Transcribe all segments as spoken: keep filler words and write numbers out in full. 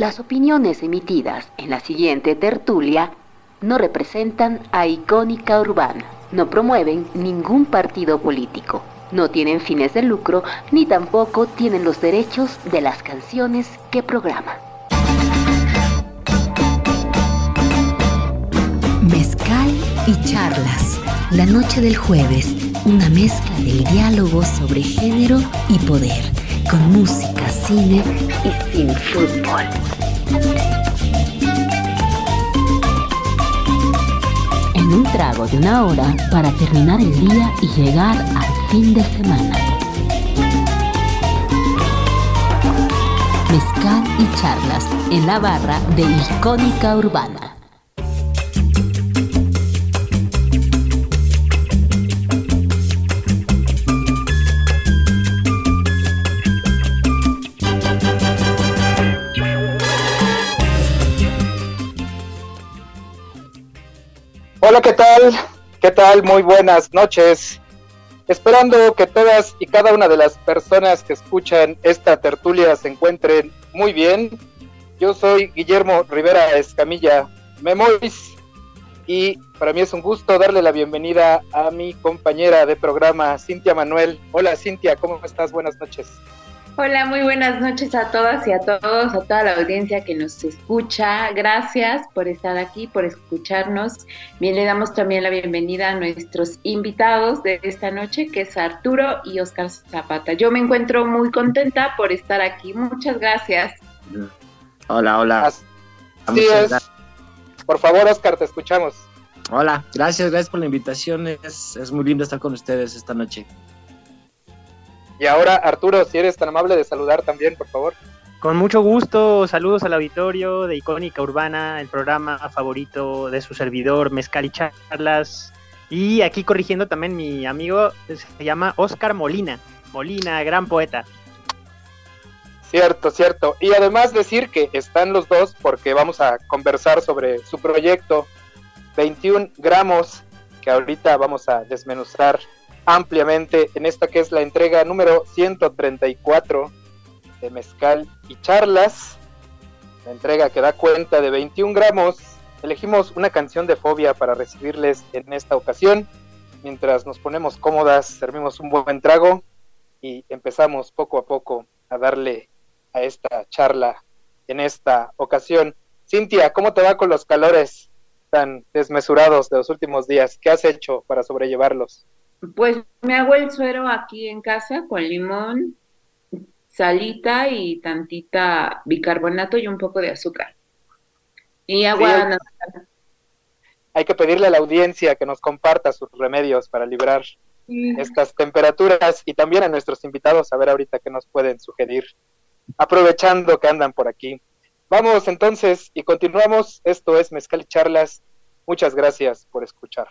Las opiniones emitidas en la siguiente tertulia no representan a Icónica Urbana, no promueven ningún partido político, no tienen fines de lucro ni tampoco tienen los derechos de las canciones que programa. Mezcal y charlas, la noche del jueves, una mezcla del diálogo sobre género y poder, con música, cine y sin fútbol. En un trago de una hora para terminar el día y llegar al fin de semana. Mezcal y charlas en la barra de Icónica Urbana. Hola, ¿qué tal? ¿Qué tal? Muy buenas noches. Esperando que todas y cada una de las personas que escuchan esta tertulia se encuentren muy bien. Yo soy Guillermo Rivera Escamilla Memois y para mí es un gusto darle la bienvenida a mi compañera de programa, Cintia Manuel. Hola, Cintia, ¿cómo estás? Buenas noches. Hola, muy buenas noches a todas y a todos, a toda la audiencia que nos escucha. Gracias por estar aquí, por escucharnos. Bien, le damos también la bienvenida a nuestros invitados de esta noche, que es Arturo y Oscar Zapata. Yo me encuentro muy contenta por estar aquí. Muchas gracias. Hola, hola. Así es. Por favor, Oscar, te escuchamos. Hola, gracias, gracias por la invitación. Es, es muy lindo estar con ustedes esta noche. Y ahora, Arturo, si eres tan amable de saludar también, por favor. Con mucho gusto, saludos al auditorio de Icónica Urbana, el programa favorito de su servidor, Mezcal y Charlas. Y aquí corrigiendo también mi amigo, se llama Oscar Molina. Molina, gran poeta. Cierto, cierto. Y además decir que están los dos porque vamos a conversar sobre su proyecto veintiún gramos, que ahorita vamos a desmenuzar ampliamente en esta que es la entrega número ciento treinta y cuatro de Mezcal y Charlas, la entrega que da cuenta de veintiún gramos. Elegimos una canción de Fobia para recibirles en esta ocasión. Mientras nos ponemos cómodas, servimos un buen trago y empezamos poco a poco a darle a esta charla en esta ocasión. Cintia, ¿cómo te va con los calores tan desmesurados de los últimos días? ¿Qué has hecho para sobrellevarlos? Pues me hago el suero aquí en casa con limón, salita y tantita bicarbonato y un poco de azúcar. Y agua sí, natural. Hay que pedirle a la audiencia que nos comparta sus remedios para librar sí. estas temperaturas y también a nuestros invitados a ver ahorita qué nos pueden sugerir, aprovechando que andan por aquí. Vamos entonces y continuamos. Esto es Mezcal y Charlas. Muchas gracias por escuchar.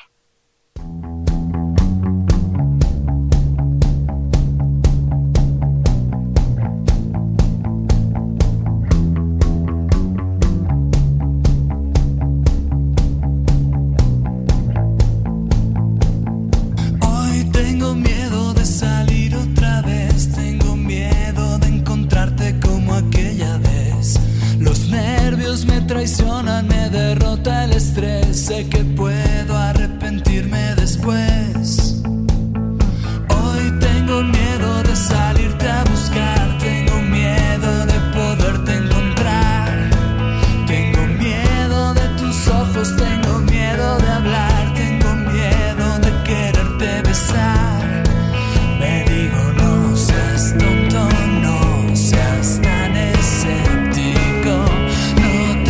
Me traicionan, me derrota el estrés. Sé que puedo arrepentirme después. Hoy tengo miedo de salirte a buscar. Tengo miedo de poderte encontrar. Tengo miedo de tus ojos. Tengo miedo de hablar. Tengo miedo de quererte besar. Me digo, no seas tonto, no seas tan escéptico.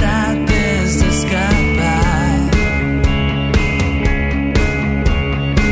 Trates de escapar.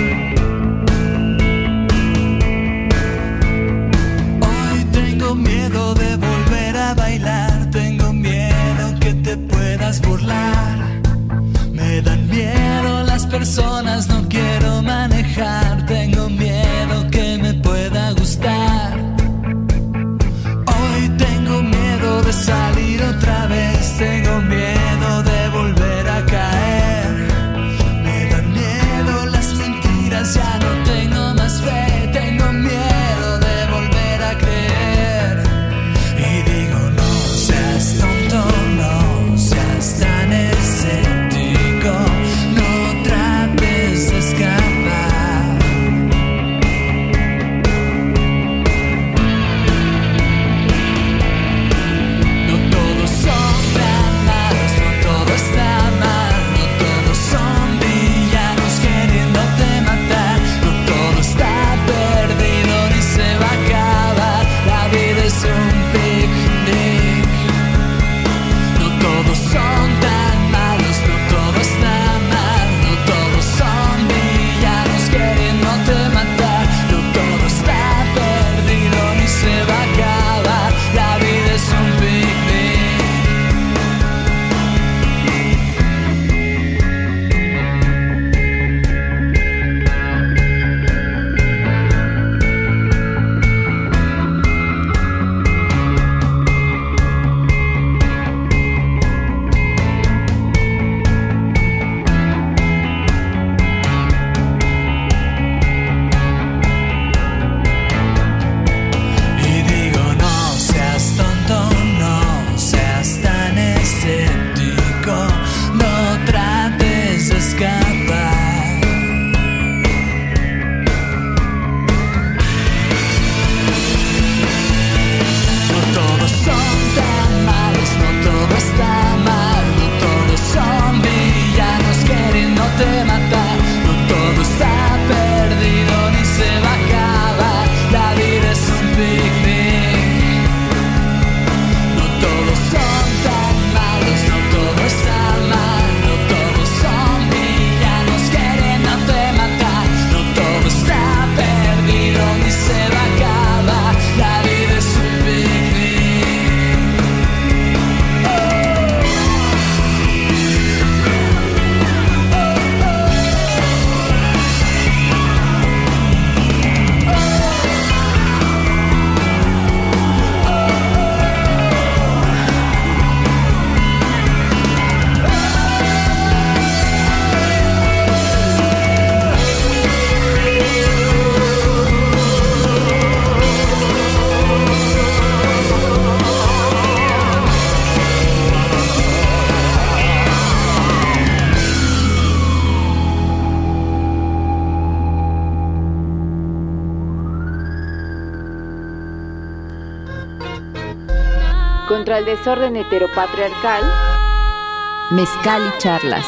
Contra el desorden heteropatriarcal. Mezcal y charlas.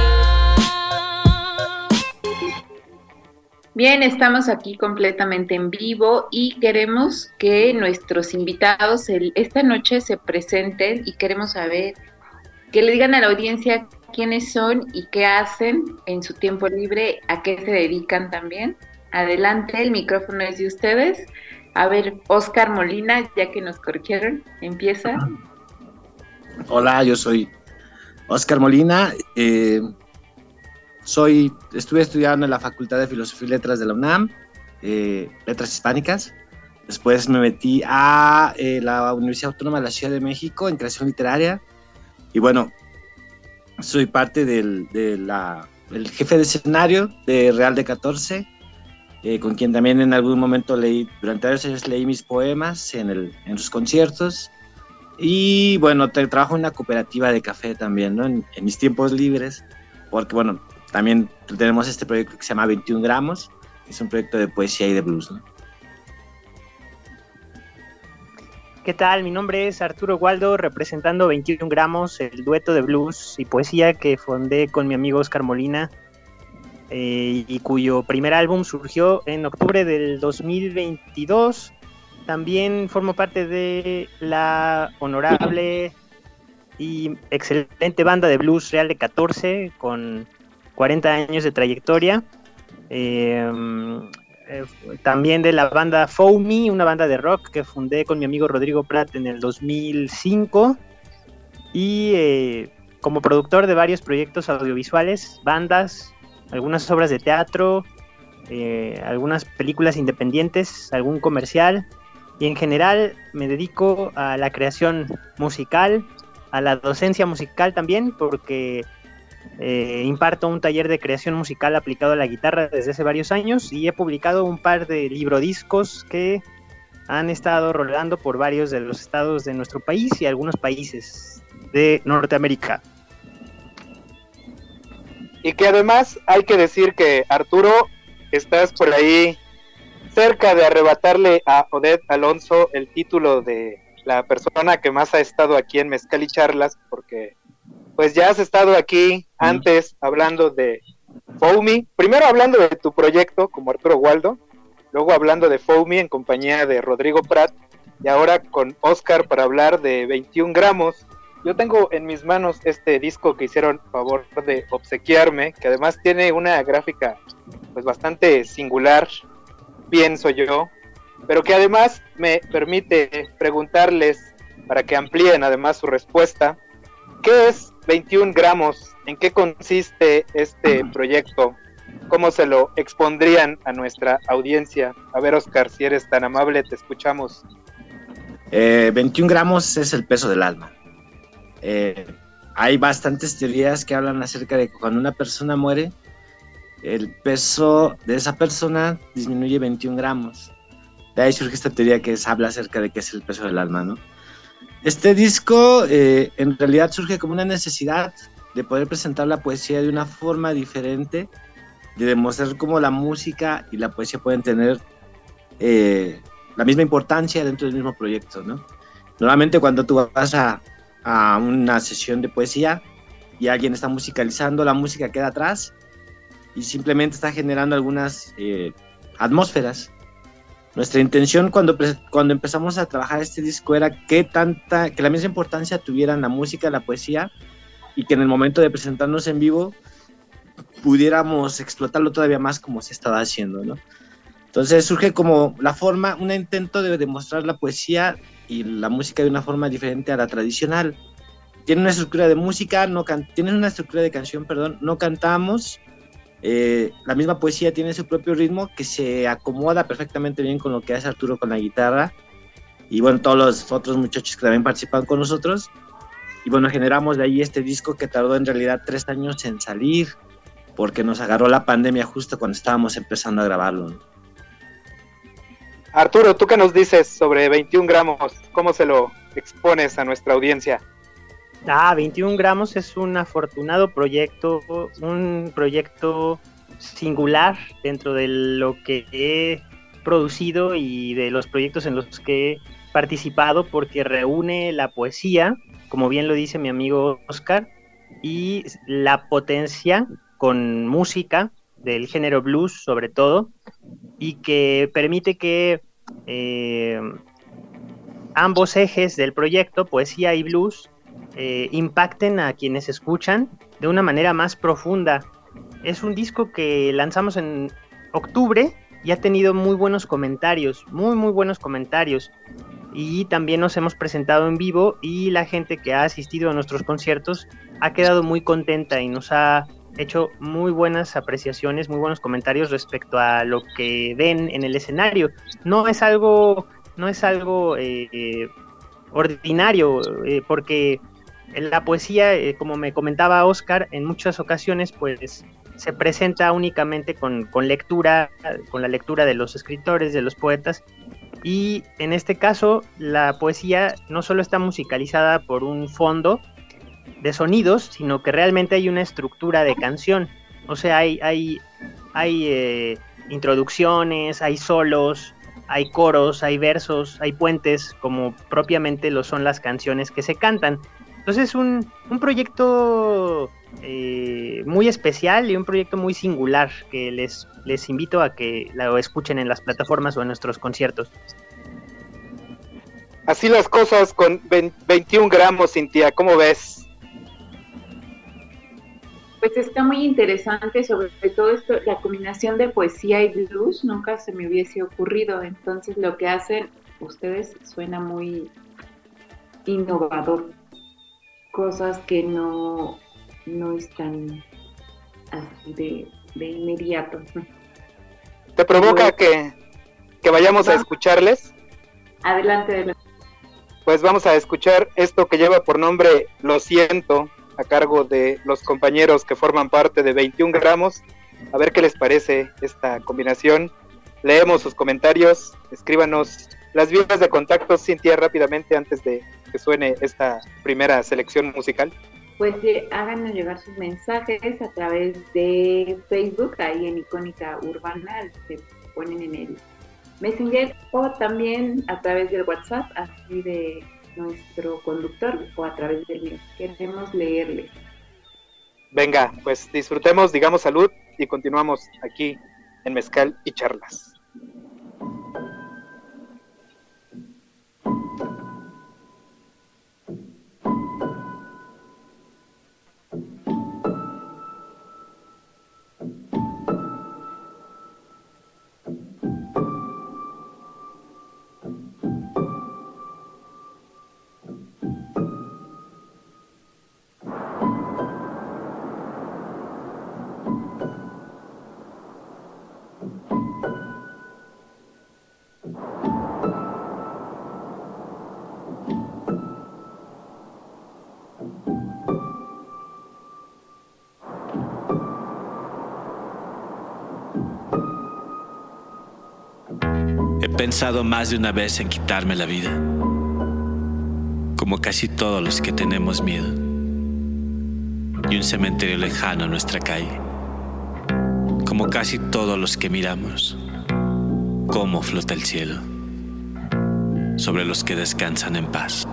Bien, estamos aquí completamente en vivo y queremos que nuestros invitados el, esta noche se presenten y queremos saber, que le digan a la audiencia quiénes son y qué hacen en su tiempo libre, a qué se dedican también. Adelante, el micrófono es de ustedes. A ver, Oscar Molina, ya que nos corrigieron, empieza. Hola, yo soy Oscar Molina. Eh, soy, estuve estudiando en la Facultad de Filosofía y Letras de la UNAM, eh, Letras Hispánicas. Después me metí a eh, la Universidad Autónoma de la Ciudad de México en creación literaria. Y bueno, soy parte del, de la, el jefe de escenario de Real de catorce, eh, con quien también en algún momento leí, durante varios años leí mis poemas en, el, en sus conciertos. Y bueno, te, trabajo en una cooperativa de café también, ¿no? En, en mis tiempos libres, porque bueno, también tenemos este proyecto que se llama veintiún gramos, que es un proyecto de poesía y de blues, ¿no? ¿Qué tal? Mi nombre es Arturo Waldo, representando veintiún gramos, el dueto de blues y poesía que fundé con mi amigo Oscar Molina, eh, y cuyo primer álbum surgió en octubre del dos mil veintidós. También formo parte de la honorable y excelente banda de blues Real de catorce, con cuarenta años de trayectoria. Eh, eh, también de la banda Foamy, una banda de rock que fundé con mi amigo Rodrigo Prat en el dos mil cinco. Y eh, como productor de varios proyectos audiovisuales, bandas, algunas obras de teatro, eh, algunas películas independientes, algún comercial. Y en general me dedico a la creación musical, a la docencia musical también, porque eh, imparto un taller de creación musical aplicado a la guitarra desde hace varios años y he publicado un par de librodiscos que han estado rolando por varios de los estados de nuestro país y algunos países de Norteamérica. Y que además hay que decir que, Arturo, estás por ahí cerca de arrebatarle a Odette Alonso el título de la persona que más ha estado aquí en Mezcal y Charlas, porque pues ya has estado aquí antes hablando de Foamy, primero hablando de tu proyecto como Arturo Waldo, luego hablando de Foamy en compañía de Rodrigo Prat, y ahora con Oscar para hablar de veintiún gramos. Yo tengo en mis manos este disco que hicieron favor de obsequiarme, que además tiene una gráfica pues bastante singular, pienso yo, pero que además me permite preguntarles, para que amplíen además su respuesta, ¿qué es veintiún gramos? ¿En qué consiste este proyecto? ¿Cómo se lo expondrían a nuestra audiencia? A ver, Oscar, si eres tan amable, te escuchamos. Eh, veintiún gramos es el peso del alma. Eh, hay bastantes teorías que hablan acerca de que cuando una persona muere, el peso de esa persona disminuye veintiún gramos. De ahí surge esta teoría que es, habla acerca de qué es el peso del alma, ¿no? Este disco eh, en realidad surge como una necesidad de poder presentar la poesía de una forma diferente, de demostrar cómo la música y la poesía pueden tener eh, la misma importancia dentro del mismo proyecto, ¿no? Normalmente cuando tú vas a, a una sesión de poesía y alguien está musicalizando, la música queda atrás y simplemente está generando algunas eh, atmósferas. Nuestra intención cuando, cuando empezamos a trabajar este disco era que, tanta, que la misma importancia tuvieran la música, la poesía, y que en el momento de presentarnos en vivo pudiéramos explotarlo todavía más como se estaba haciendo, ¿no? Entonces surge como la forma, un intento de demostrar la poesía y la música de una forma diferente a la tradicional. Tiene una estructura de música, no can- tiene una estructura de canción, perdón, no cantamos. Eh, la misma poesía tiene su propio ritmo que se acomoda perfectamente bien con lo que hace Arturo con la guitarra y bueno, todos los otros muchachos que también participan con nosotros, y bueno, generamos de ahí este disco que tardó en realidad tres años en salir porque nos agarró la pandemia justo cuando estábamos empezando a grabarlo, ¿no? Arturo, ¿tú qué nos dices sobre veintiún gramos? ¿Cómo se lo expones a nuestra audiencia? Ah, veintiún gramos es un afortunado proyecto, un proyecto singular dentro de lo que he producido y de los proyectos en los que participado porque reúne la poesía, como bien lo dice mi amigo Oscar, y la potencia con música del género blues sobre todo, y que permite que eh, ambos ejes del proyecto, poesía y blues, eh, impacten a quienes escuchan de una manera más profunda. Es un disco que lanzamos en octubre y ha tenido muy buenos comentarios, muy muy buenos comentarios, y también nos hemos presentado en vivo y la gente que ha asistido a nuestros conciertos ha quedado muy contenta y nos ha hecho muy buenas apreciaciones, muy buenos comentarios respecto a lo que ven en el escenario. No es algo, no es algo eh, eh, ordinario, eh, porque la poesía, eh, como me comentaba Oscar, en muchas ocasiones pues se presenta únicamente con, con lectura, con la lectura de los escritores, de los poetas, y en este caso la poesía no solo está musicalizada por un fondo de sonidos, sino que realmente hay una estructura de canción. O sea, hay, hay, hay eh, introducciones, hay solos, hay coros, hay versos, hay puentes, como propiamente lo son las canciones que se cantan. Entonces un, un proyecto eh, muy especial y un proyecto muy singular que les, les invito a que lo escuchen en las plataformas o en nuestros conciertos. Así las cosas con veintiún gramos, Cintia, ¿cómo ves? Pues está muy interesante, sobre todo esto, la combinación de poesía y blues, nunca se me hubiese ocurrido. Entonces lo que hacen ustedes suena muy innovador, cosas que no, no están así de, de inmediato. ¿Te provoca que, que vayamos a escucharles? Adelante, adelante. Pues vamos a escuchar esto que lleva por nombre Lo Siento, a cargo de los compañeros que forman parte de veintiún gramos. A ver qué les parece esta combinación. Leemos sus comentarios, escríbanos las vías de contacto, Cintia, rápidamente antes de que suene esta primera selección musical. Pues eh, háganos llegar sus mensajes a través de Facebook, ahí en Icónica Urbana, se ponen en el Messenger, o también a través del WhatsApp, así de nuestro conductor, o a través del mío. Queremos leerles. Venga, pues disfrutemos, digamos salud, y continuamos aquí en Mezcal y Charlas. He pensado más de una vez en quitarme la vida, como casi todos los que tenemos miedo, y un cementerio lejano a nuestra calle, como casi todos los que miramos cómo flota el cielo sobre los que descansan en paz.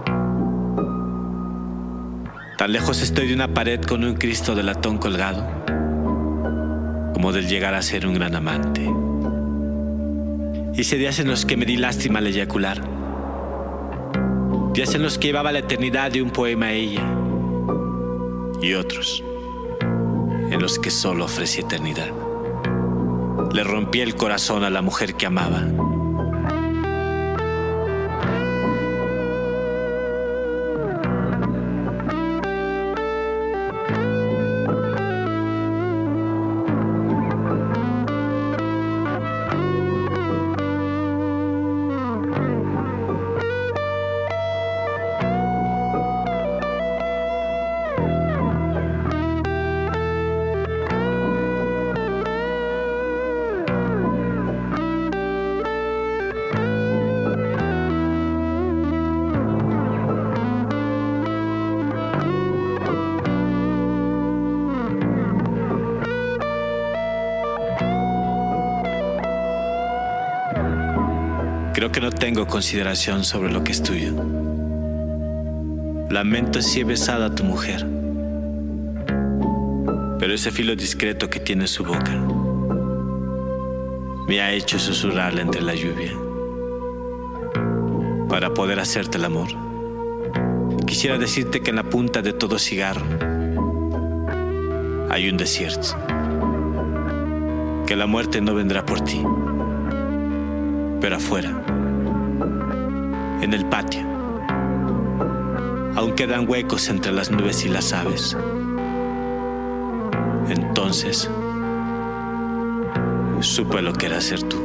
Tan lejos estoy de una pared con un Cristo de latón colgado, como del llegar a ser un gran amante. Hice días en los que me di lástima al eyacular, días en los que llevaba la eternidad de un poema a ella, y otros en los que solo ofrecí eternidad. Le rompí el corazón a la mujer que amaba. Creo que no tengo consideración sobre lo que es tuyo. Lamento si he besado a tu mujer, pero ese filo discreto que tiene su boca me ha hecho susurrarle entre la lluvia para poder hacerte el amor. Quisiera decirte que en la punta de todo cigarro hay un desierto, que la muerte no vendrá por ti, pero afuera, en el patio, aún quedan huecos entre las nubes y las aves. Entonces supe lo que era ser tú.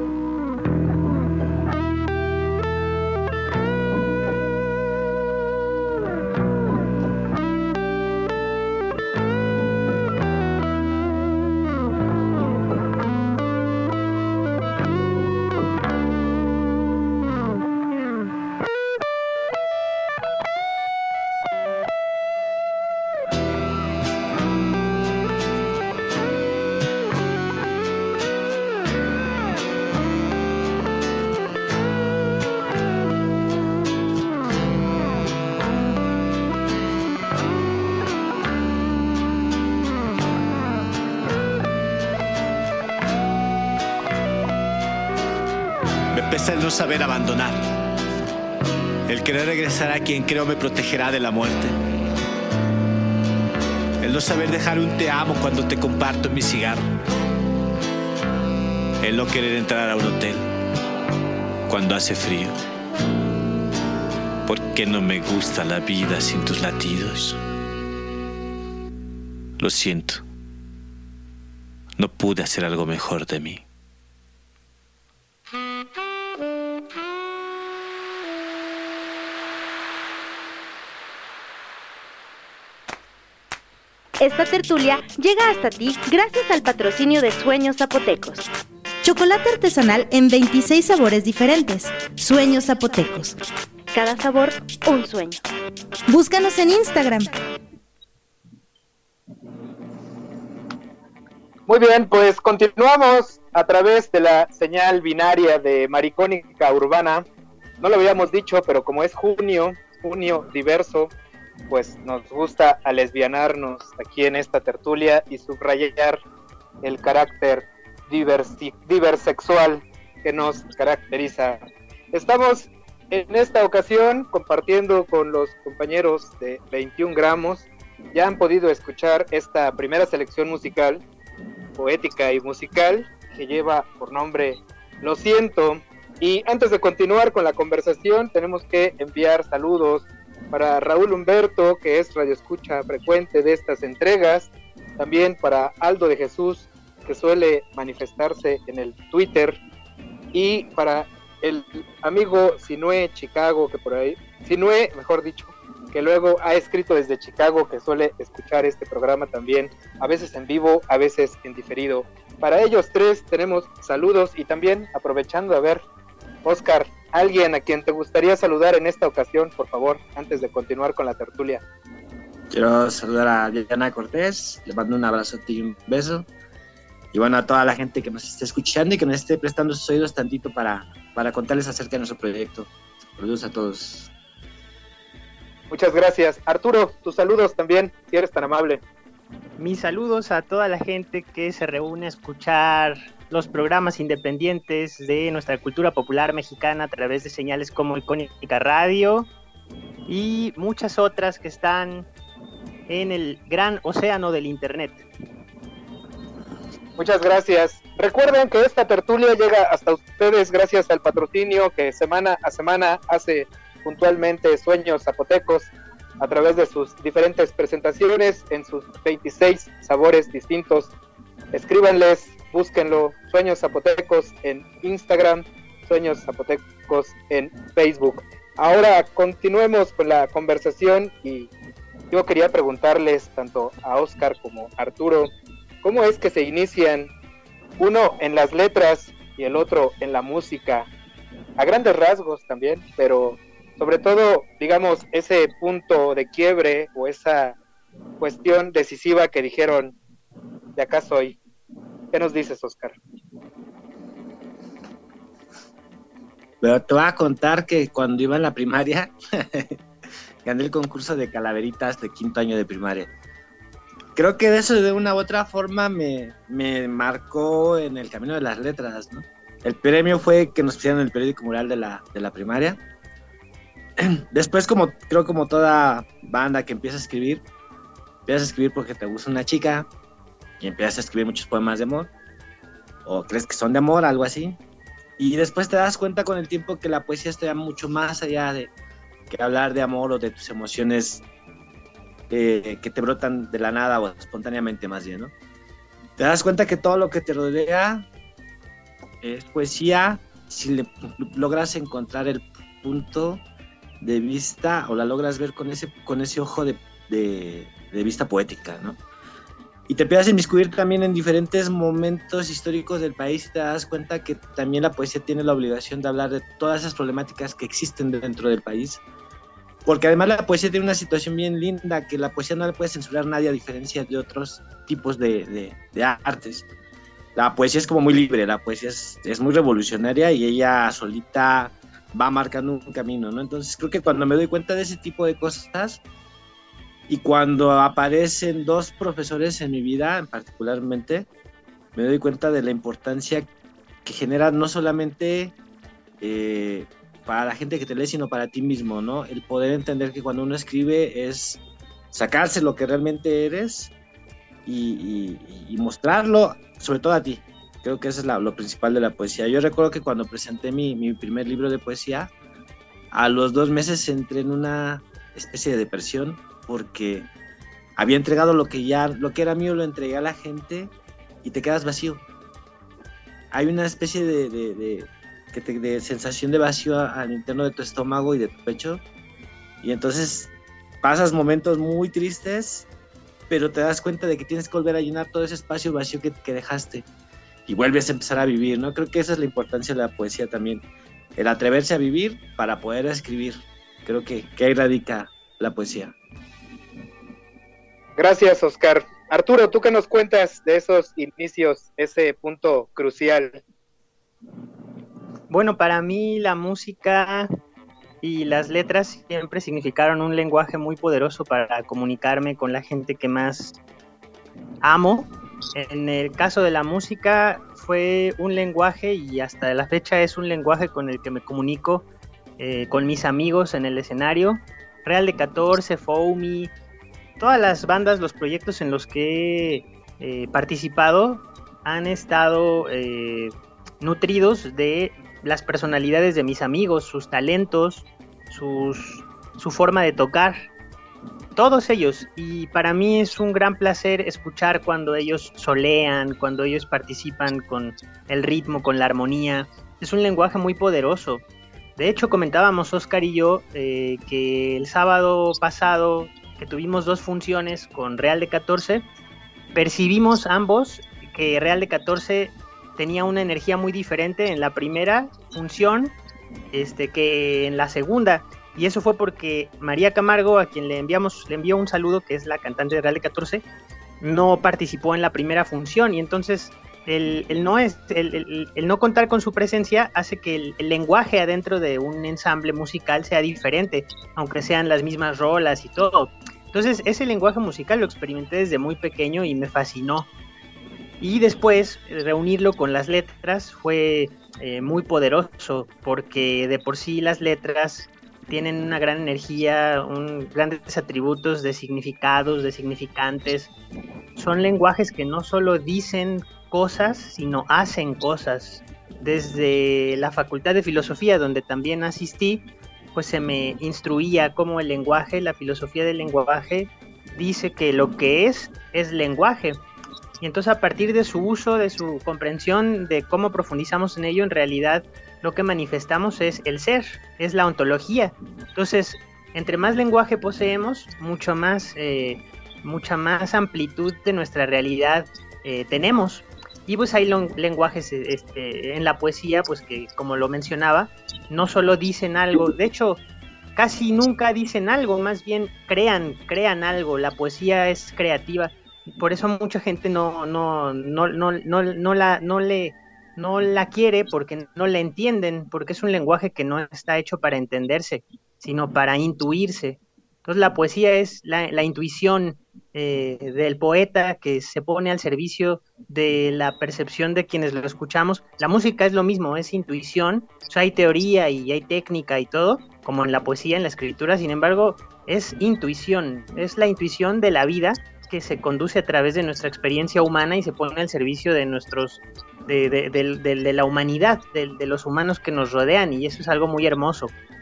El no saber abandonar, el querer regresar a quien creo me protegerá de la muerte, el no saber dejar un te amo cuando te comparto mi cigarro, el no querer entrar a un hotel cuando hace frío, porque no me gusta la vida sin tus latidos. Lo siento, no pude hacer algo mejor de mí. Esta tertulia llega hasta ti gracias al patrocinio de Sueños Zapotecos. Chocolate artesanal en veintiséis sabores diferentes. Sueños Zapotecos. Cada sabor, un sueño. Búscanos en Instagram. Muy bien, pues continuamos a través de la señal binaria de Maricónica Urbana. No lo habíamos dicho, pero como es junio, junio diverso, pues nos gusta alesbianarnos aquí en esta tertulia y subrayar el carácter diversi- diversexual que nos caracteriza. Estamos en esta ocasión compartiendo con los compañeros de veintiún gramos. Ya han podido escuchar esta primera selección musical, poética y musical, que lleva por nombre Lo Siento. Y antes de continuar con la conversación, tenemos que enviar saludos para Raúl Humberto, que es radioescucha frecuente de estas entregas, también para Aldo de Jesús, que suele manifestarse en el Twitter, y para el amigo Sinue Chicago, que por ahí, Sinue, mejor dicho, que luego ha escrito desde Chicago, que suele escuchar este programa también, a veces en vivo, a veces en diferido. Para ellos tres tenemos saludos, y también aprovechando, a ver, Oscar, alguien a quien te gustaría saludar en esta ocasión, por favor, antes de continuar con la tertulia. Quiero saludar a Diana Cortés, le mando un abrazo y un beso. Y bueno, a toda la gente que nos esté escuchando y que nos esté prestando sus oídos tantito para, para contarles acerca de nuestro proyecto. Saludos a todos. Muchas gracias. Arturo, tus saludos también, si eres tan amable. Mis saludos a toda la gente que se reúne a escuchar los programas independientes de nuestra cultura popular mexicana a través de señales como Icónica Radio y muchas otras que están en el gran océano del internet. Muchas gracias. Recuerden que esta tertulia llega hasta ustedes gracias al patrocinio que semana a semana hace puntualmente Sueños Zapotecos a través de sus diferentes presentaciones en sus veintiséis sabores distintos. Escríbanles, búsquenlo, Sueños Zapotecos en Instagram, Sueños Zapotecos en Facebook. Ahora continuemos con la conversación y yo quería preguntarles tanto a Oscar como a Arturo, ¿cómo es que se inician uno en las letras y el otro en la música? A grandes rasgos también, pero sobre todo, digamos, ese punto de quiebre o esa cuestión decisiva que dijeron, de acá soy. ¿Qué nos dices, Oscar? Pero te voy a contar que cuando iba en la primaria, gané el concurso de calaveritas de quinto año de primaria. Creo que de eso de una u otra forma me, me marcó en el camino de las letras, ¿no? El premio fue que nos pusieron en el periódico mural de la, de la primaria. Después, como creo como toda banda que empieza a escribir, empiezas a escribir porque te gusta una chica y empiezas a escribir muchos poemas de amor, o crees que son de amor, algo así. Y después te das cuenta con el tiempo que la poesía está mucho más allá de que hablar de amor o de tus emociones eh, que te brotan de la nada o espontáneamente más bien, ¿no? Te das cuenta que todo lo que te rodea es poesía si le, logras encontrar el punto de vista o la logras ver con ese, con ese ojo de, de, de vista poética, ¿no? Y te empiezas a inmiscuir también en diferentes momentos históricos del país y te das cuenta que también la poesía tiene la obligación de hablar de todas esas problemáticas que existen dentro del país. Porque además la poesía tiene una situación bien linda, que la poesía no le puede censurar a nadie a diferencia de otros tipos de, de, de artes. La poesía es como muy libre, la poesía es, es muy revolucionaria y ella solita va marcando un camino, ¿no? Entonces creo que cuando me doy cuenta de ese tipo de cosas, y cuando aparecen dos profesores en mi vida, particularmente, me doy cuenta de la importancia que genera no solamente eh, para la gente que te lee, sino para ti mismo, ¿no? El poder entender que cuando uno escribe es sacarse lo que realmente eres y, y, y mostrarlo, sobre todo a ti. Creo que eso es la, lo principal de la poesía. Yo recuerdo que cuando presenté mi, mi primer libro de poesía, a los dos meses entré en una especie de depresión, porque había entregado lo que ya, lo que era mío, lo entregué a la gente y te quedas vacío. Hay una especie de, de, de, de, de, de sensación de vacío al interno de tu estómago y de tu pecho, y entonces pasas momentos muy tristes, pero te das cuenta de que tienes que volver a llenar todo ese espacio vacío que, que dejaste y vuelves a empezar a vivir, ¿no? Creo que esa es la importancia de la poesía también, el atreverse a vivir para poder escribir. Creo que, que ahí radica la poesía. Gracias, Oscar. Arturo, ¿tú qué nos cuentas de esos inicios, ese punto crucial? Bueno, para mí la música y las letras siempre significaron un lenguaje muy poderoso para comunicarme con la gente que más amo. En el caso de la música fue un lenguaje, y hasta la fecha es un lenguaje con el que me comunico eh, con mis amigos en el escenario. Real de catorce, Foamy, todas las bandas, los proyectos en los que he eh, participado han estado eh, nutridos de las personalidades de mis amigos, sus talentos, sus, su forma de tocar, todos ellos. Y para mí es un gran placer escuchar cuando ellos solean, cuando ellos participan con el ritmo, con la armonía. Es un lenguaje muy poderoso. De hecho, comentábamos Oscar y yo eh, que el sábado pasado, que tuvimos dos funciones con Real de catorce, percibimos ambos que Real de catorce tenía una energía muy diferente en la primera función este, que en la segunda, y eso fue porque María Camargo, a quien le enviamos, le envió un saludo, que es la cantante de Real de catorce, no participó en la primera función, y entonces el, el, no, es, el, el, el no contar con su presencia hace que el, el lenguaje adentro de un ensamble musical sea diferente, aunque sean las mismas rolas y todo. Entonces ese lenguaje musical lo experimenté desde muy pequeño y me fascinó. Y después reunirlo con las letras fue eh, muy poderoso, porque de por sí las letras tienen una gran energía, un, grandes atributos de significados, de significantes. Son lenguajes que no solo dicen cosas, sino hacen cosas. Desde la Facultad de Filosofía, donde también asistí, pues se me instruía cómo el lenguaje, la filosofía del lenguaje, dice que lo que es, es lenguaje. Y entonces a partir de su uso, de su comprensión, de cómo profundizamos en ello, en realidad lo que manifestamos es el ser, es la ontología. Entonces, entre más lenguaje poseemos, mucho más, eh, mucha más amplitud de nuestra realidad eh, tenemos. Y pues hay lenguajes este, en la poesía, pues que como lo mencionaba, no solo dicen algo, de hecho casi nunca dicen algo, más bien crean, crean algo. La poesía es creativa. Por eso mucha gente no, no, no, no, no, no, la, no, le, no la quiere porque no la entienden, porque es un lenguaje que no está hecho para entenderse, sino para intuirse. Entonces la poesía es la, la intuición eh, del poeta que se pone al servicio de la percepción de quienes lo escuchamos. La música es lo mismo, es intuición, o sea, hay teoría y hay técnica y todo, como en la poesía, en la escritura, sin embargo, es intuición, es la intuición de la vida que se conduce a través de nuestra experiencia humana y se pone al servicio de nuestros, de, de, de, de, de la humanidad, de, de los humanos que nos rodean, y eso es algo muy hermoso.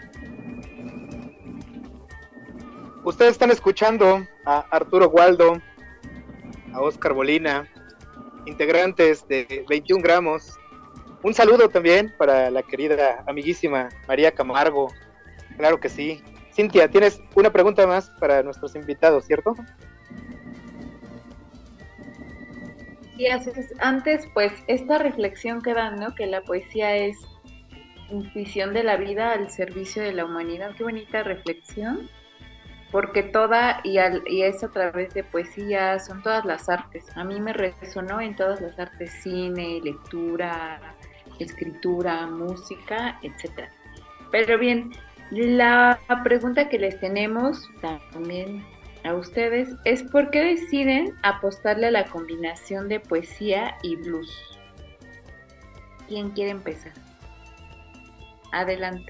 Ustedes están escuchando a Arturo Waldo, a Oscar Molina, integrantes de veintiún gramos. Un saludo también para la querida amiguísima María Camargo. Claro que sí. Cintia, tienes una pregunta más para nuestros invitados, ¿cierto? Sí, haces, antes, pues, esta reflexión que dan, ¿no? Que la poesía es intuición de la vida al servicio de la humanidad. Qué bonita reflexión. Porque toda, y, al, y es a través de poesía, son todas las artes. A mí me resonó en todas las artes: cine, lectura, escritura, música, etcétera. Pero bien, la pregunta que les tenemos también a ustedes es: ¿por qué deciden apostarle a la combinación de poesía y blues? ¿Quién quiere empezar? Adelante.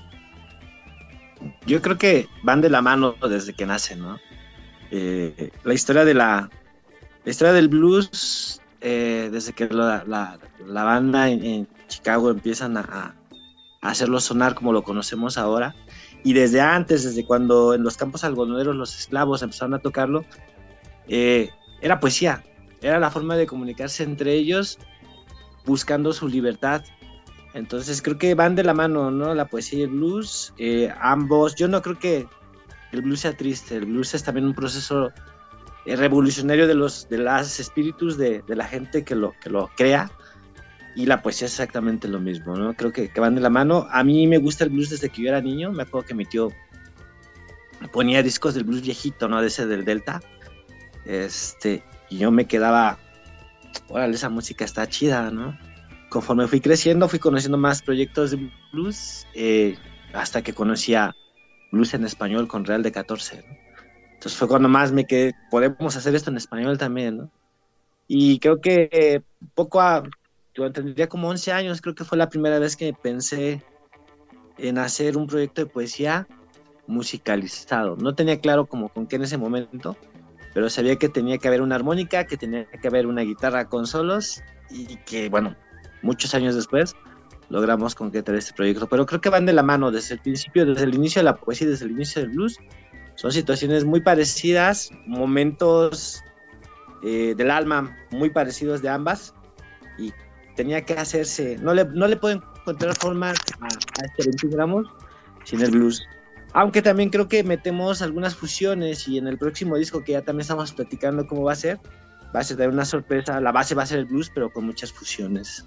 Yo creo que van de la mano desde que nacen, ¿no? Eh, la historia de la, la historia del blues, eh, desde que la, la, la banda en, en Chicago empiezan a, a hacerlo sonar como lo conocemos ahora, y desde antes, desde cuando en los campos algodoneros los esclavos empezaron a tocarlo, eh, era poesía, era la forma de comunicarse entre ellos buscando su libertad. Entonces creo que van de la mano, ¿no? La poesía y el blues, eh, ambos. Yo no creo que el blues sea triste. El blues es también un proceso eh, revolucionario de los de los espíritus de, de la gente que lo, que lo crea, y la poesía es exactamente lo mismo, ¿no? Creo que, que van de la mano. A mí me gusta el blues desde que yo era niño. Me acuerdo que mi tío ponía discos del blues viejito, ¿no? De ese del Delta. Este, y yo me quedaba, órale, esa música está chida, ¿no? Conforme fui creciendo, fui conociendo más proyectos de blues, eh, hasta que conocí a blues en español con Real de catorce, ¿no? Entonces fue cuando más me quedé, podemos hacer esto en español también, ¿no? Y creo que eh, poco a, yo tendría como once años, creo que fue la primera vez que pensé en hacer un proyecto de poesía musicalizado. No tenía claro como con qué en ese momento, pero sabía que tenía que haber una armónica, que tenía que haber una guitarra con solos, y que, bueno, muchos años después logramos concretar este proyecto. Pero creo que van de la mano desde el principio, desde el inicio de la poesía y desde el inicio del blues. Son situaciones muy parecidas, momentos eh, del alma muy parecidos de ambas, y tenía que hacerse, no le, no le puedo encontrar forma a, a este veintiún gramos sin el blues. Aunque también creo que metemos algunas fusiones, y en el próximo disco, que ya también estamos platicando cómo va a ser, va a ser una sorpresa. La base va a ser el blues, pero con muchas fusiones.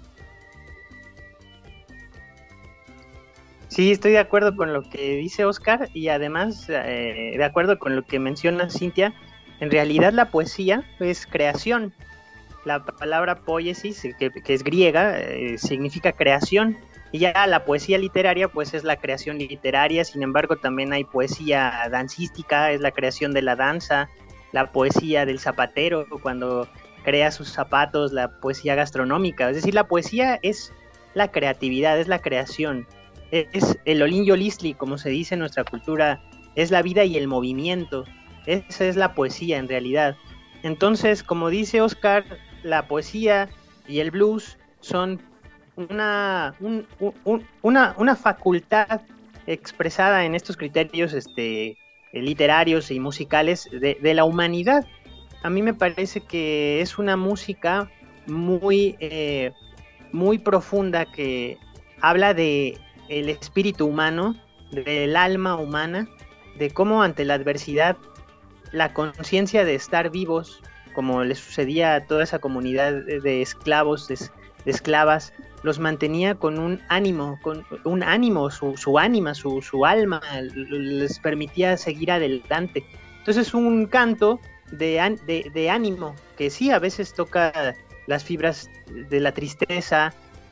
Sí, estoy de acuerdo con lo que dice Oscar, y además eh, de acuerdo con lo que menciona Cintia. En realidad la poesía es creación. La palabra poiesis, que, que es griega, eh, significa creación, y ya la poesía literaria pues es la creación literaria. Sin embargo, también hay poesía dancística, es la creación de la danza, la poesía del zapatero cuando crea sus zapatos, la poesía gastronómica. Es decir, la poesía es la creatividad, es la creación. Es el olin yolisli, como se dice en nuestra cultura, es la vida y el movimiento. Esa es la poesía en realidad. Entonces, como dice Oscar, la poesía y el blues son una, un, un, una, una facultad expresada en estos criterios este, literarios y musicales de, de la humanidad. A mí me parece que es una música muy, eh, muy profunda, que habla de el espíritu humano, del alma humana, de cómo ante la adversidad la conciencia de estar vivos, como le sucedía a toda esa comunidad de esclavos, de, de esclavas, los mantenía con un ánimo, con un ánimo, su, su ánima, su, su alma, les permitía seguir adelante. Entonces es un canto de, de, de ánimo, que sí, a veces toca las fibras de la tristeza,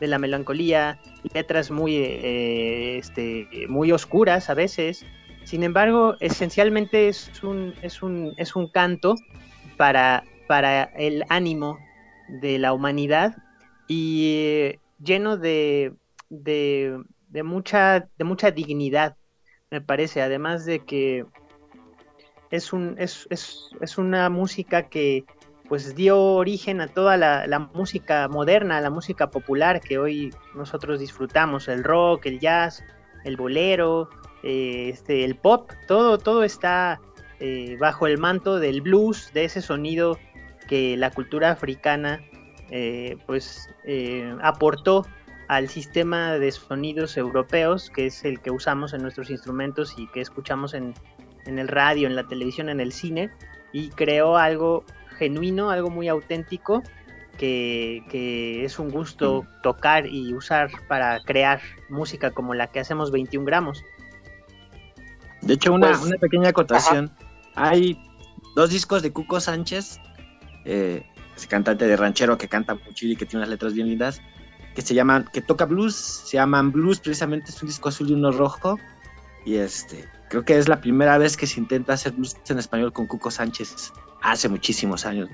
de la melancolía, letras muy, eh, este, muy oscuras a veces. Sin embargo, esencialmente es un, es un, es un canto para, para el ánimo de la humanidad y eh, lleno de, de, de, mucha, de mucha dignidad, me parece, además de que es, un, es, es, es una música que pues dio origen a toda la, la música moderna, la música popular que hoy nosotros disfrutamos, el rock, el jazz, el bolero, eh, este, el pop, todo, todo está eh, bajo el manto del blues, de ese sonido que la cultura africana eh, pues eh, aportó al sistema de sonidos europeos, que es el que usamos en nuestros instrumentos y que escuchamos en, en el radio, en la televisión, en el cine, y creó algo genuino, algo muy auténtico, que, que es un gusto tocar y usar para crear música como la que hacemos veintiún gramos. De hecho, una, Pues, una pequeña acotación. Ajá. Hay dos discos de Cuco Sánchez, eh, ese cantante de ranchero que canta mucho y que tiene unas letras bien lindas, que se llaman, que toca blues, se llaman Blues, precisamente es un disco azul y uno rojo, y este, creo que es la primera vez que se intenta hacer blues en español con Cuco Sánchez, hace muchísimos años.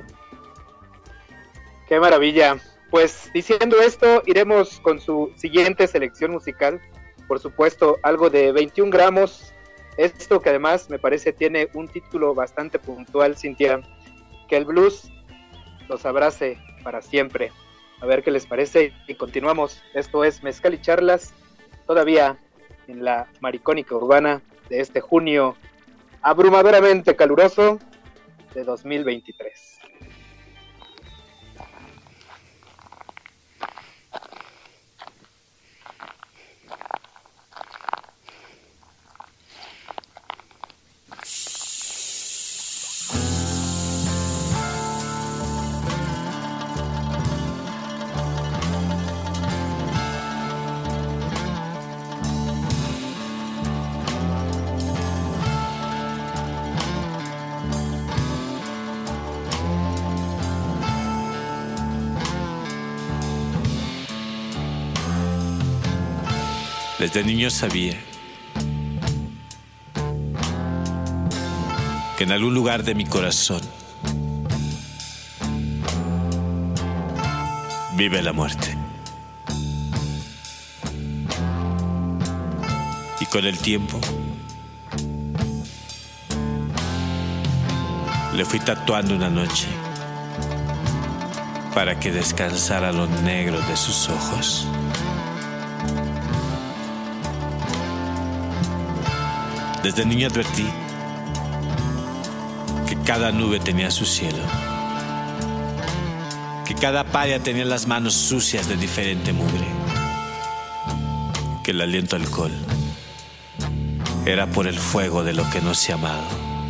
Qué maravilla. Pues diciendo esto, iremos con su siguiente selección musical, por supuesto, algo de veintiún gramos, esto que además me parece tiene un título bastante puntual, Cintia, que el blues los abrace para siempre. A ver qué les parece y continuamos. Esto es Mezcal y Charlas, todavía en la Maricónica Urbana de este junio abrumadoramente caluroso de dos mil veintitrés. Desde niño sabía que en algún lugar de mi corazón vive la muerte. Y con el tiempo le fui tatuando una noche para que descansara lo negro de sus ojos. Desde niño advertí que cada nube tenía su cielo, que cada paria tenía las manos sucias de diferente mugre, que el aliento alcohol era por el fuego de lo que no se ha amado.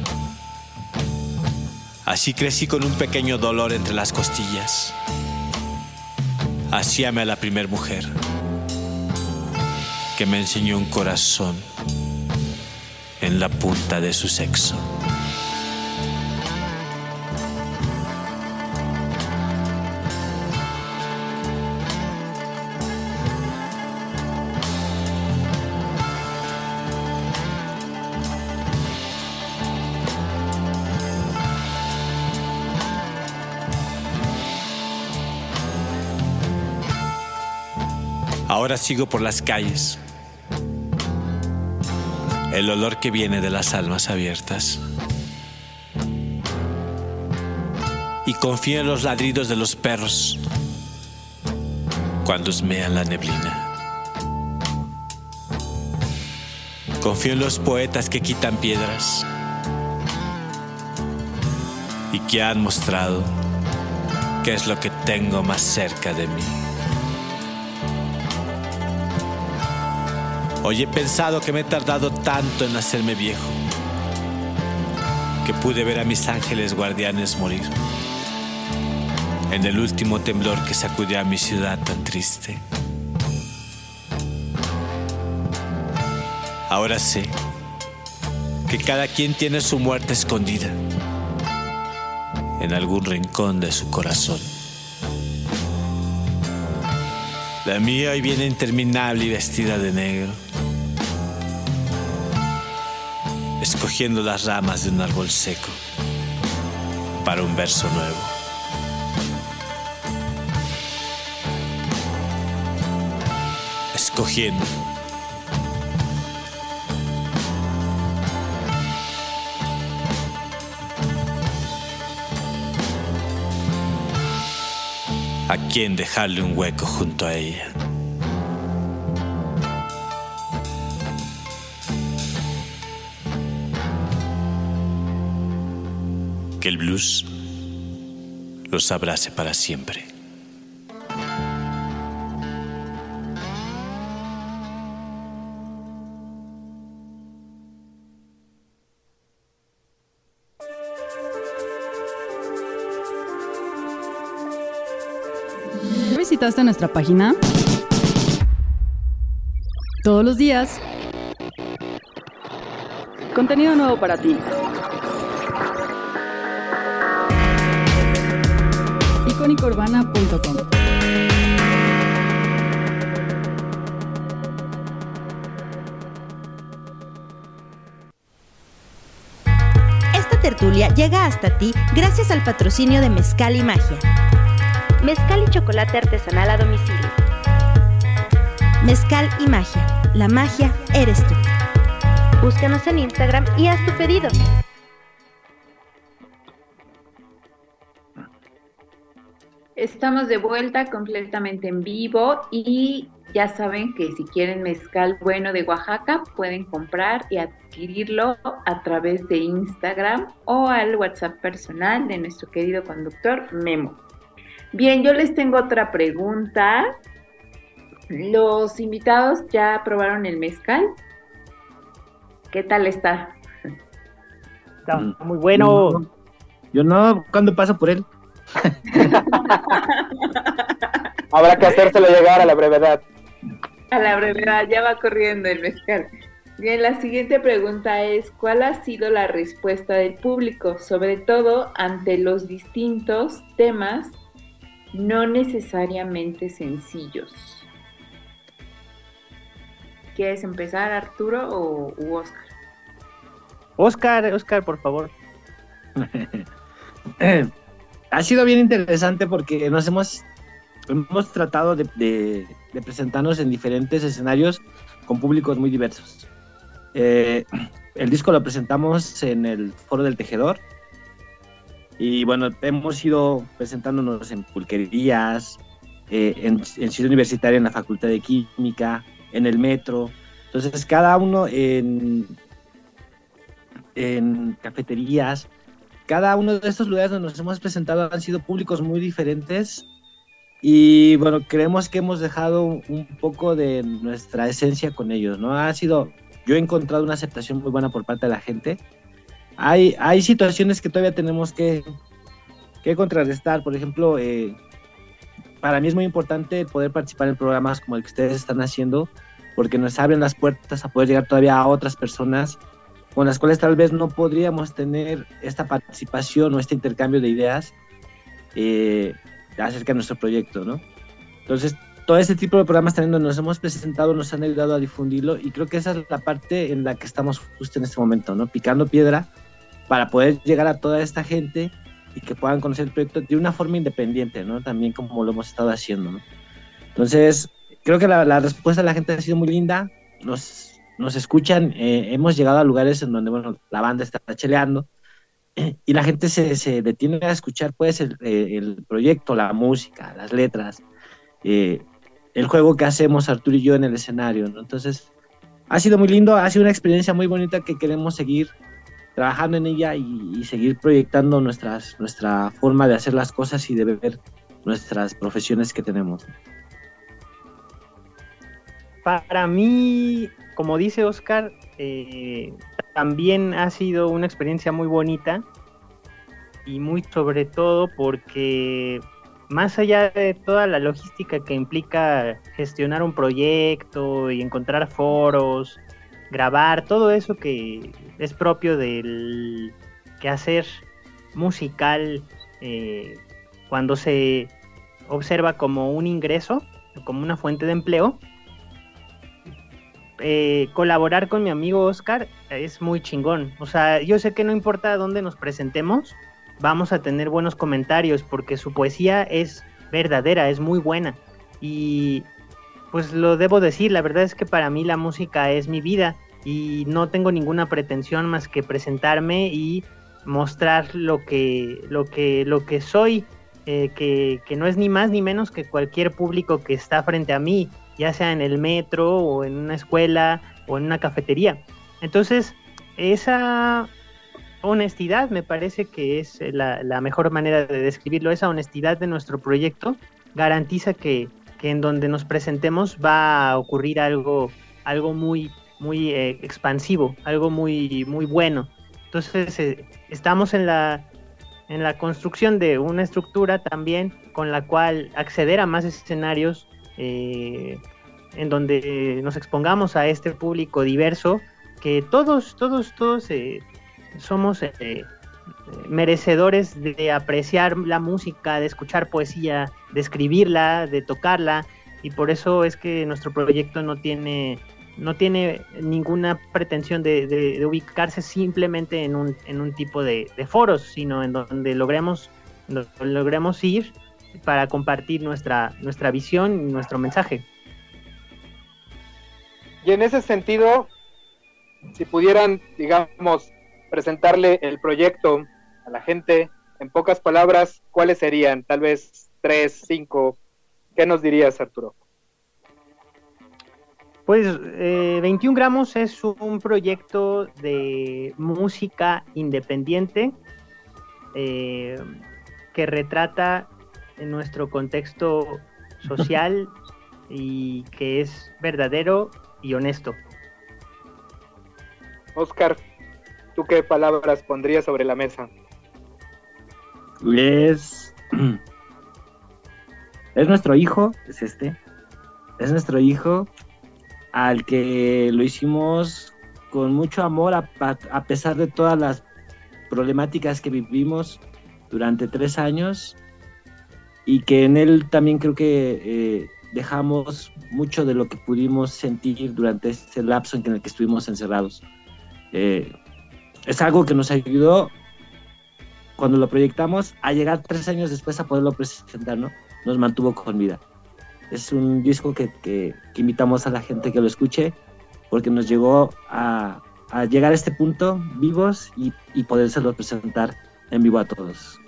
Así crecí con un pequeño dolor entre las costillas. Así amé a la primer mujer que me enseñó un corazón en la punta de su sexo. Ahora sigo por las calles. El olor que viene de las almas abiertas. Y confío en los ladridos de los perros cuando husmean la neblina. Confío en los poetas que quitan piedras y que han mostrado qué es lo que tengo más cerca de mí. Hoy he pensado que me he tardado tanto en hacerme viejo, que pude ver a mis ángeles guardianes morir en el último temblor que sacudió a mi ciudad tan triste. Ahora sé que cada quien tiene su muerte escondida en algún rincón de su corazón. La mía hoy viene interminable y vestida de negro, escogiendo las ramas de un árbol seco para un verso nuevo. Escogiendo. ¿A quién dejarle un hueco junto a ella? Que el blues los abrace para siempre. ¿Visitaste nuestra página? Todos los días. Contenido nuevo para ti. icónica urbana punto com. Esta tertulia llega hasta ti gracias al patrocinio de Mezcal y Magia. Mezcal y chocolate artesanal a domicilio. Mezcal y Magia. La magia eres tú. Búscanos en Instagram y haz tu pedido. Estamos de vuelta completamente en vivo y ya saben que si quieren mezcal bueno de Oaxaca pueden comprar y adquirirlo a través de Instagram o al WhatsApp personal de nuestro querido conductor Memo. Bien, yo les tengo otra pregunta. ¿Los invitados ya probaron el mezcal? ¿Qué tal está? Está muy bueno. Yo no, cuando paso por él. Habrá que hacérselo llegar a la brevedad. A la brevedad, ya va corriendo el mezcal. Bien, la siguiente pregunta es, ¿cuál ha sido la respuesta del público, sobre todo ante los distintos temas no necesariamente sencillos? ¿Quieres empezar, Arturo o u Oscar? Oscar, Oscar, por favor. Ha sido bien interesante porque nos hemos, hemos tratado de, de, de presentarnos en diferentes escenarios con públicos muy diversos. Eh, el disco lo presentamos en el Foro del Tejedor y bueno, hemos ido presentándonos en pulquerías, eh, en, en Ciudad Universitaria, en la Facultad de Química, en el Metro. Entonces cada uno en, en cafeterías. Cada uno de estos lugares donde nos hemos presentado han sido públicos muy diferentes y bueno, creemos que hemos dejado un poco de nuestra esencia con ellos, ¿no? Ha sido, yo he encontrado una aceptación muy buena por parte de la gente. Hay, hay situaciones que todavía tenemos que, que contrarrestar, por ejemplo, eh, para mí es muy importante poder participar en programas como el que ustedes están haciendo, porque nos abren las puertas a poder llegar todavía a otras personas con las cuales tal vez no podríamos tener esta participación o este intercambio de ideas eh, acerca de nuestro proyecto, ¿no? Entonces, todo este tipo de programas también donde nos hemos presentado nos han ayudado a difundirlo y creo que esa es la parte en la que estamos justo en este momento, ¿no? Picando piedra para poder llegar a toda esta gente y que puedan conocer el proyecto de una forma independiente, ¿no? También como lo hemos estado haciendo, ¿no? Entonces, creo que la, la respuesta de la gente ha sido muy linda, nos... Nos escuchan, eh, hemos llegado a lugares en donde, bueno, la banda está cheleando eh, y la gente se, se detiene a escuchar, pues, el, eh, el proyecto, la música, las letras, eh, el juego que hacemos Arturo y yo en el escenario, ¿no? Entonces, ha sido muy lindo, ha sido una experiencia muy bonita que queremos seguir trabajando en ella y, y seguir proyectando nuestras, nuestra forma de hacer las cosas y de ver nuestras profesiones que tenemos. Para mí, como dice Oscar, eh, también ha sido una experiencia muy bonita y muy sobre todo porque más allá de toda la logística que implica gestionar un proyecto y encontrar foros, grabar, todo eso que es propio del quehacer musical eh, cuando se observa como un ingreso, como una fuente de empleo, eh, colaborar con mi amigo Oscar es muy chingón. O sea, yo sé que no importa dónde nos presentemos, vamos a tener buenos comentarios, porque su poesía es verdadera, es muy buena. Y pues lo debo decir, la verdad es que para mí la música es mi vida y no tengo ninguna pretensión más que presentarme y mostrar lo que, lo que, lo que soy, eh, que, que no es ni más ni menos que cualquier público que está frente a mí, ya sea en el metro o en una escuela o en una cafetería. Entonces, esa honestidad me parece que es la, la mejor manera de describirlo. Esa honestidad de nuestro proyecto garantiza que, que en donde nos presentemos va a ocurrir algo, algo muy, muy eh, expansivo, algo muy, muy bueno. Entonces eh, estamos en la, en la construcción de una estructura también con la cual acceder a más escenarios eh, en donde nos expongamos a este público diverso, que todos, todos, todos eh, somos eh, merecedores de apreciar la música, de escuchar poesía, de escribirla, de tocarla, y por eso es que nuestro proyecto no tiene... no tiene ninguna pretensión de, de, de ubicarse simplemente en un, en un tipo de, de foros, sino en donde logremos, donde logremos ir para compartir nuestra, nuestra visión y nuestro mensaje. Y en ese sentido, si pudieran, digamos, presentarle el proyecto a la gente, en pocas palabras, ¿cuáles serían? Tal vez tres, cinco. ¿Qué nos dirías, Arturo? Pues eh, veintiún gramos es un proyecto de música independiente eh, que retrata nuestro contexto social y que es verdadero y honesto. Oscar, ¿tú qué palabras pondrías sobre la mesa? Es, es nuestro hijo, es este, es nuestro hijo, al que lo hicimos con mucho amor a, a pesar de todas las problemáticas que vivimos durante tres años, y que en él también creo que eh, dejamos mucho de lo que pudimos sentir durante ese lapso en el que estuvimos encerrados. Eh, es algo que nos ayudó cuando lo proyectamos a llegar tres años después a poderlo presentar, ¿no? Nos mantuvo con vida. Es un disco que, que, que invitamos a la gente que lo escuche, porque nos llegó a, a llegar a este punto vivos y, y podérselo presentar en vivo a todos.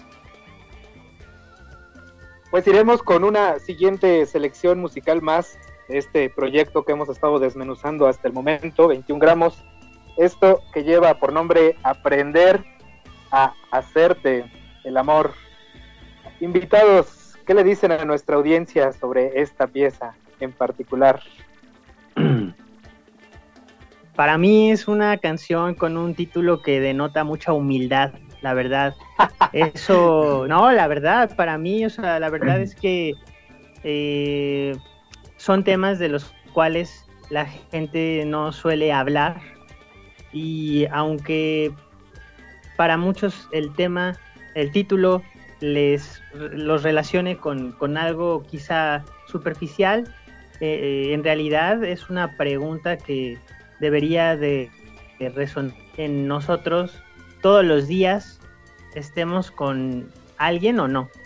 Pues iremos con una siguiente selección musical más de este proyecto que hemos estado desmenuzando hasta el momento, veintiún gramos. Esto que lleva por nombre Aprender a Hacerte el Amor. Invitados, ¿qué le dicen a nuestra audiencia sobre esta pieza en particular? Para mí es una canción con un título que denota mucha humildad, la verdad. Eso, no, la verdad, para mí, o sea, la verdad es que eh, son temas de los cuales la gente no suele hablar, y aunque para muchos el tema, el título, les los relacione con, con algo quizá superficial, eh, en realidad es una pregunta que debería de, de resonar en nosotros todos los días, estemos con alguien o no.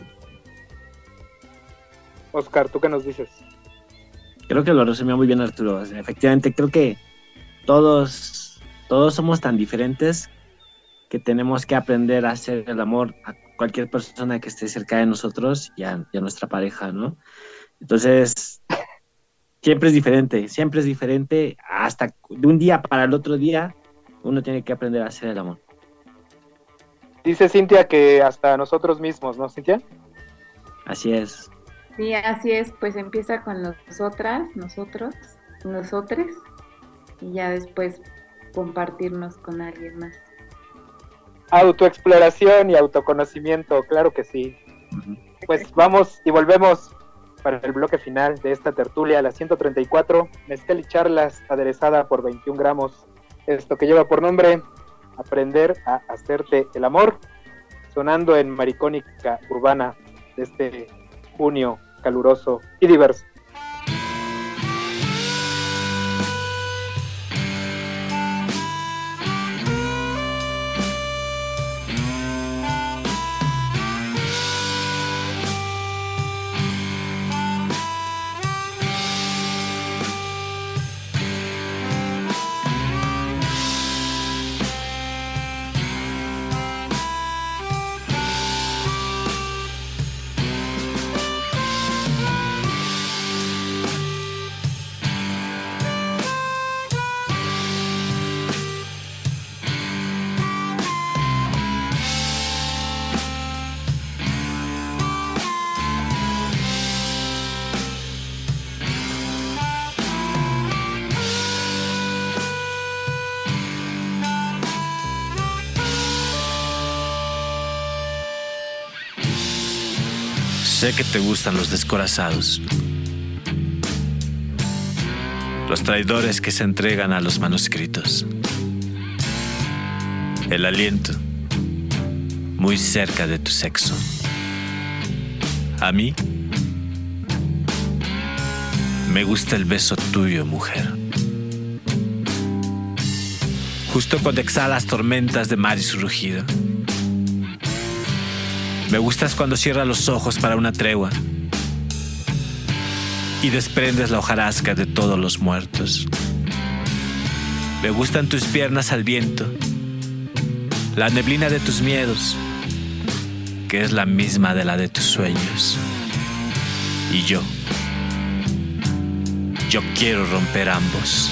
Oscar, ¿tú qué nos dices? Creo que lo resumió muy bien Arturo. Efectivamente, creo que todos, todos somos tan diferentes que tenemos que aprender a hacer el amor a cualquier persona que esté cerca de nosotros y a, y a nuestra pareja, ¿no? Entonces, siempre es diferente, siempre es diferente, hasta de un día para el otro día, uno tiene que aprender a hacer el amor. Dice Cintia que hasta nosotros mismos, ¿no, Cintia? Así es. Sí, así es, pues empieza con nosotras, nosotros, nosotres, y ya después compartirnos con alguien más. Autoexploración y autoconocimiento, claro que sí. Uh-huh. Pues vamos y volvemos para el bloque final de esta tertulia, la ciento treinta y cuatro, Mezcal y Charlas, aderezada por veintiún gramos. Esto que lleva por nombre Aprender a Hacerte el Amor, sonando en Maricónica Urbana de este junio caluroso y diverso. Sé que te gustan los descorazados, los traidores que se entregan a los manuscritos, el aliento muy cerca de tu sexo. A mí me gusta el beso tuyo, mujer. Justo cuando exhalas tormentas de mar y su rugido. Me gustas cuando cierras los ojos para una tregua y desprendes la hojarasca de todos los muertos. Me gustan tus piernas al viento, la neblina de tus miedos, que es la misma de la de tus sueños. Y yo, yo quiero romper ambos.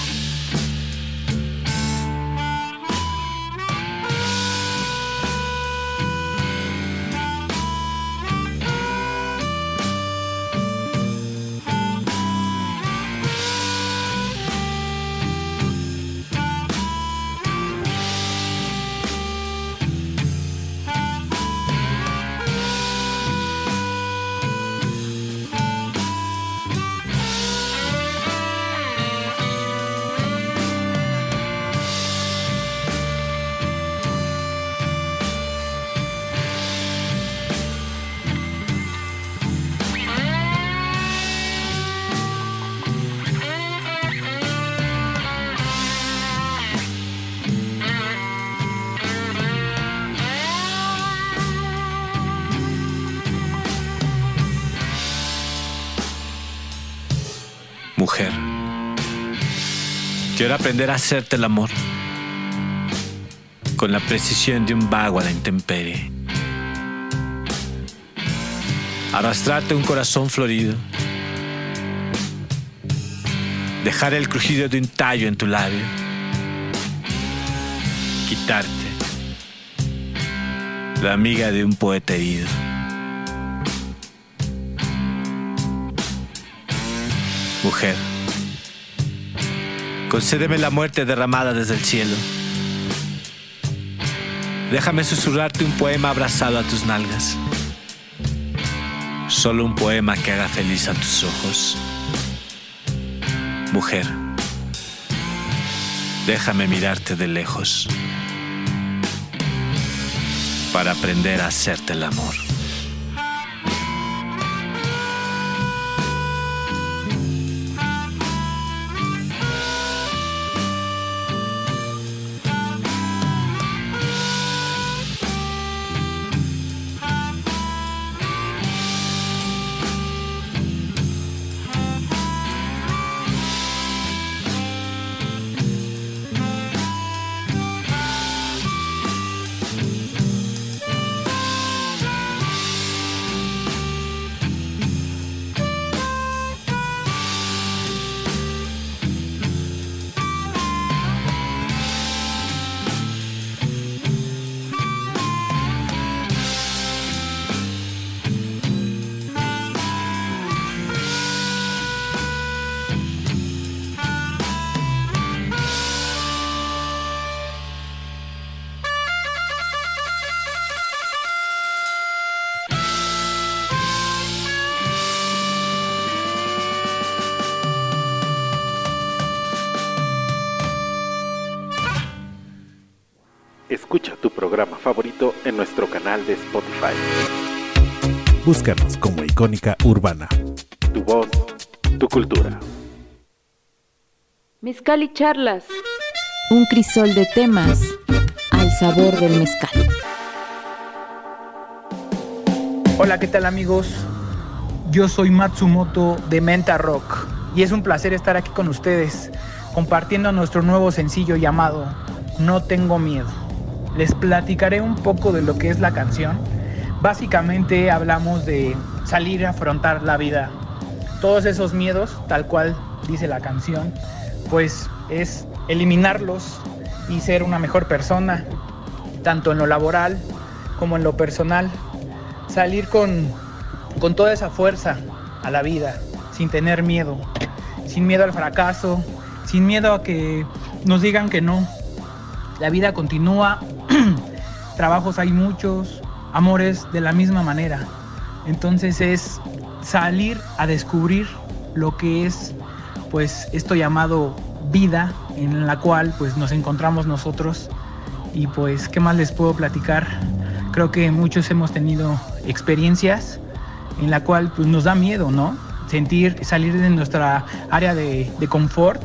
Mujer, quiero aprender a hacerte el amor con la precisión de un vago a la intemperie. Arrastrarte un corazón florido, dejar el crujido de un tallo en tu labio, quitarte la amiga de un poeta herido. Mujer, concédeme la muerte derramada desde el cielo. Déjame susurrarte un poema abrazado a tus nalgas. Solo un poema que haga feliz a tus ojos. Mujer, déjame mirarte de lejos para aprender a hacerte el amor. Escucha tu programa favorito en nuestro canal de Spotify. Búscanos como Icónica Urbana. Tu voz, tu cultura. Mezcal y charlas. Un crisol de temas al sabor del mezcal. Hola, ¿qué tal amigos? Yo soy Matsumoto de Menta Rock y es un placer estar aquí con ustedes compartiendo nuestro nuevo sencillo llamado No Tengo Miedo. Les platicaré un poco de lo que es la canción. Básicamente hablamos de salir a afrontar la vida. Todos esos miedos, tal cual dice la canción, pues es eliminarlos y ser una mejor persona, tanto en lo laboral como en lo personal. Salir con, con toda esa fuerza a la vida, sin tener miedo, sin miedo al fracaso, sin miedo a que nos digan que no. La vida continúa, trabajos hay muchos, amores de la misma manera. Entonces es salir a descubrir lo que es pues esto llamado vida, en la cual pues nos encontramos nosotros. Y pues qué más les puedo platicar. Creo que muchos hemos tenido experiencias en la cual pues nos da miedo, ¿no? Sentir, salir de nuestra área de, de confort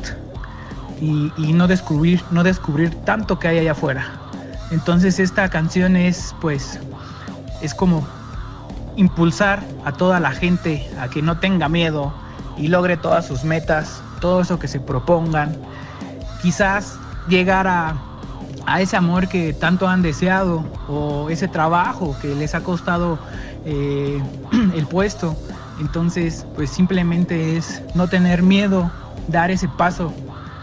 y, y no descubrir, no descubrir tanto que hay allá afuera. Entonces esta canción es pues es como impulsar a toda la gente a que no tenga miedo y logre todas sus metas, todo eso que se propongan. Quizás llegar a, a ese amor que tanto han deseado o ese trabajo que les ha costado eh, el puesto. Entonces pues simplemente es no tener miedo, dar ese paso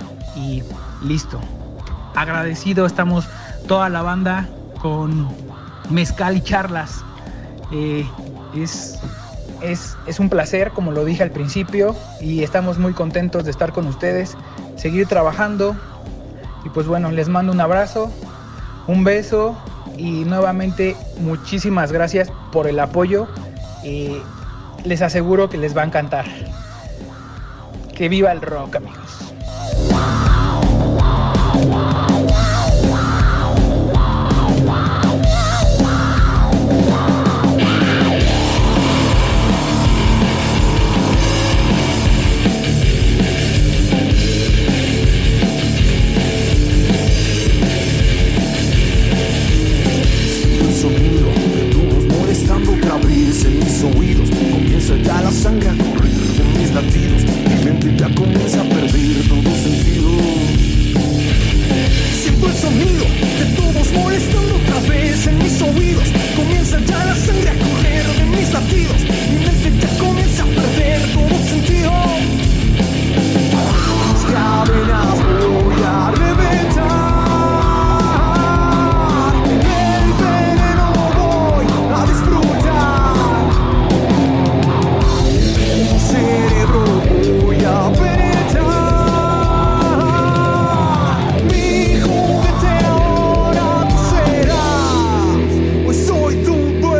y listo. Agradecido estamos toda la banda con Mezcal y Charlas. Eh, es, es, es un placer, como lo dije al principio, y estamos muy contentos de estar con ustedes, seguir trabajando. Y pues bueno, les mando un abrazo, un beso y nuevamente muchísimas gracias por el apoyo. Eh, les aseguro que les va a encantar. Que viva el rock, amigos. En mis oídos comienza ya la sangre a correr de mis latidos, mi mente ya comienza a perder todo sentido. Siento el sonido de todos molestando otra vez en mis oídos, comienza ya la sangre a correr de mis latidos, mi mente ya comienza a perder todo sentido. Las cadenas voy a reventar. Mi juguete ahora tú serás, pues soy tu dueño.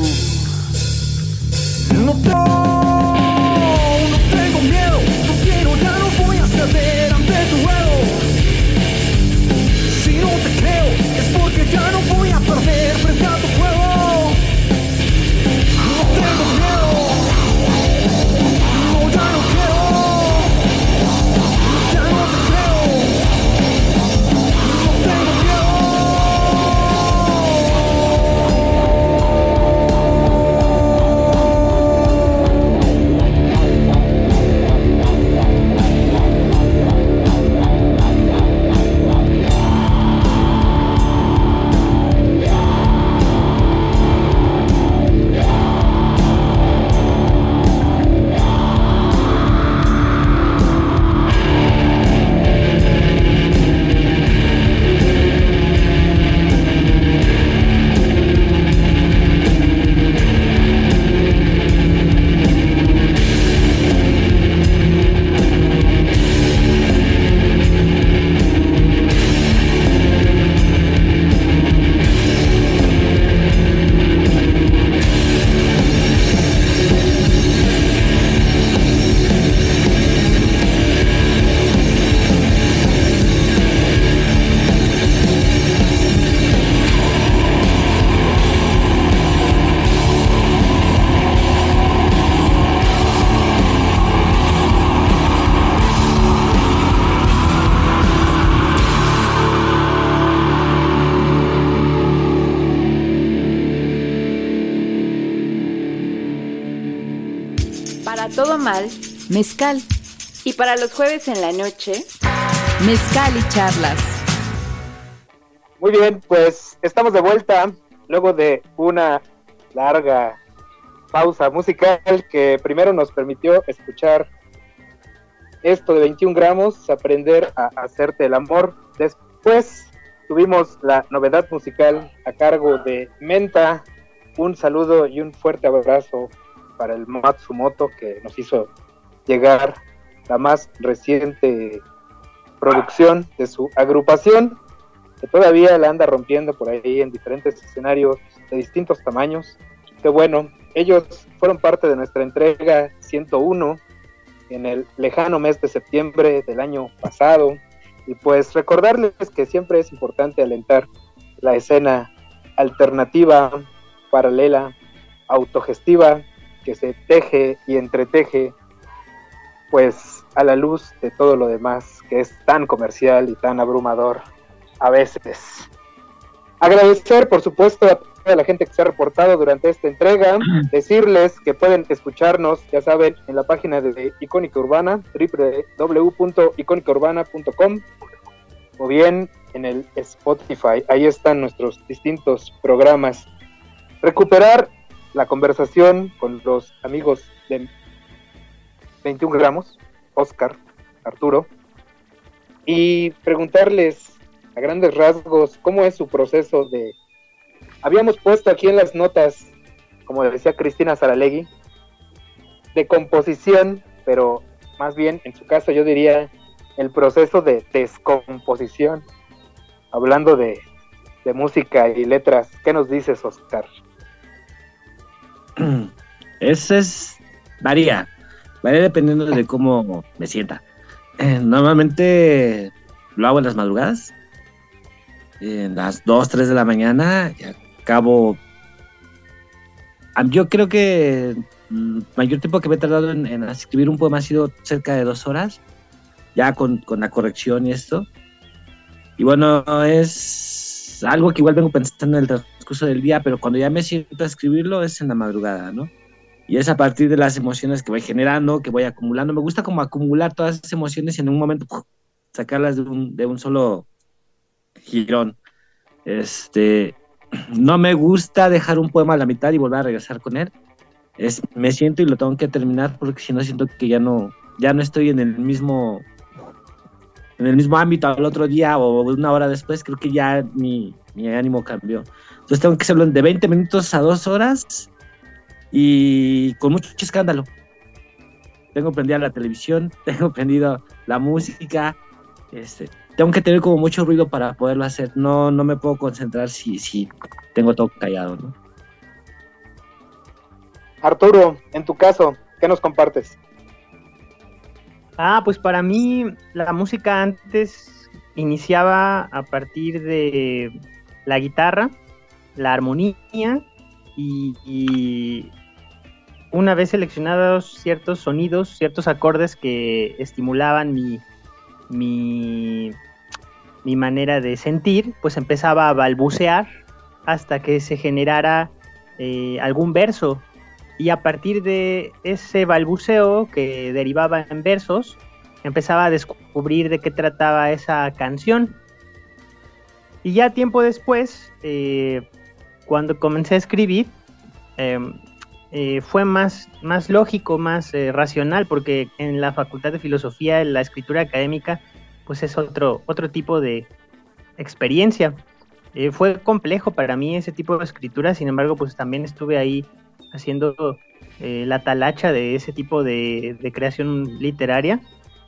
No, no, no tengo miedo, no quiero, ya no voy a ceder ante tu ego. Si no te creo, es porque ya no voy a perder frente a tu juego. No tengo miedo, no, ya no quiero, ya no te creo, no tengo miedo. Todo mal, mezcal. Y para los jueves en la noche, mezcal y charlas. Muy bien, pues estamos de vuelta luego de una larga pausa musical que primero nos permitió escuchar esto de veintiún gramos, aprender a hacerte el amor. Después tuvimos la novedad musical a cargo de Menta. Un saludo y un fuerte abrazo para el Matsumoto, que nos hizo llegar la más reciente producción de su agrupación, que todavía la anda rompiendo por ahí en diferentes escenarios de distintos tamaños. Qué bueno, ellos fueron parte de nuestra entrega ciento uno en el lejano mes de septiembre del año pasado, y pues recordarles que siempre es importante alentar la escena alternativa, paralela, autogestiva, que se teje y entreteje pues a la luz de todo lo demás que es tan comercial y tan abrumador a veces. Agradecer por supuesto a toda la gente que se ha reportado durante esta entrega, decirles que pueden escucharnos, ya saben, en la página de Icónica Urbana, doble u doble u doble u punto icónica urbana punto com, o bien en el Spotify. Ahí están nuestros distintos programas. Recuperar la conversación con los amigos de veintiún gramos, Oscar, Arturo, y preguntarles a grandes rasgos cómo es su proceso de... Habíamos puesto aquí en las notas, como decía Cristina Saralegui, de composición, pero más bien en su caso yo diría el proceso de descomposición, hablando de, de música y letras. ¿Qué nos dices, Oscar? Eso es, varía, varía dependiendo de cómo me sienta. Eh, normalmente lo hago en las madrugadas, en las dos, tres de la mañana, y acabo. Yo creo que el mayor tiempo que me he tardado en, en escribir un poema ha sido cerca de dos horas, ya con, con la corrección y esto. Y bueno, es algo que igual vengo pensando en el transcurso del día, pero cuando ya me siento a escribirlo es en la madrugada, ¿no? Y es a partir de las emociones que voy generando, que voy acumulando. Me gusta como acumular todas esas emociones y en un momento ¡puf!, sacarlas de un, de un solo girón. Este, no me gusta dejar un poema a la mitad y volver a regresar con él. Es, me siento y lo tengo que terminar porque si no siento que ya no, ya no estoy en el mismo... en el mismo ámbito al otro día o una hora después. Creo que ya mi, mi ánimo cambió. Entonces tengo que hacerlo de veinte minutos a dos horas y con mucho escándalo. Tengo prendida la televisión, tengo prendido la música, este, tengo que tener como mucho ruido para poderlo hacer. No, no me puedo concentrar si, si tengo todo callado, ¿no? Arturo, en tu caso, ¿qué nos compartes? Ah, pues para mí la música antes iniciaba a partir de la guitarra, la armonía y, y una vez seleccionados ciertos sonidos, ciertos acordes que estimulaban mi, mi, mi manera de sentir, pues empezaba a balbucear hasta que se generara eh, algún verso. Y a partir de ese balbuceo que derivaba en versos, empezaba a descubrir de qué trataba esa canción. Y ya tiempo después, eh, cuando comencé a escribir, eh, eh, fue más, más lógico, más eh, racional, porque en la Facultad de Filosofía, la escritura académica, pues es otro, otro tipo de experiencia. Eh, fue complejo para mí ese tipo de escritura, sin embargo, pues también estuve ahí haciendo eh, la talacha de ese tipo de, de creación literaria.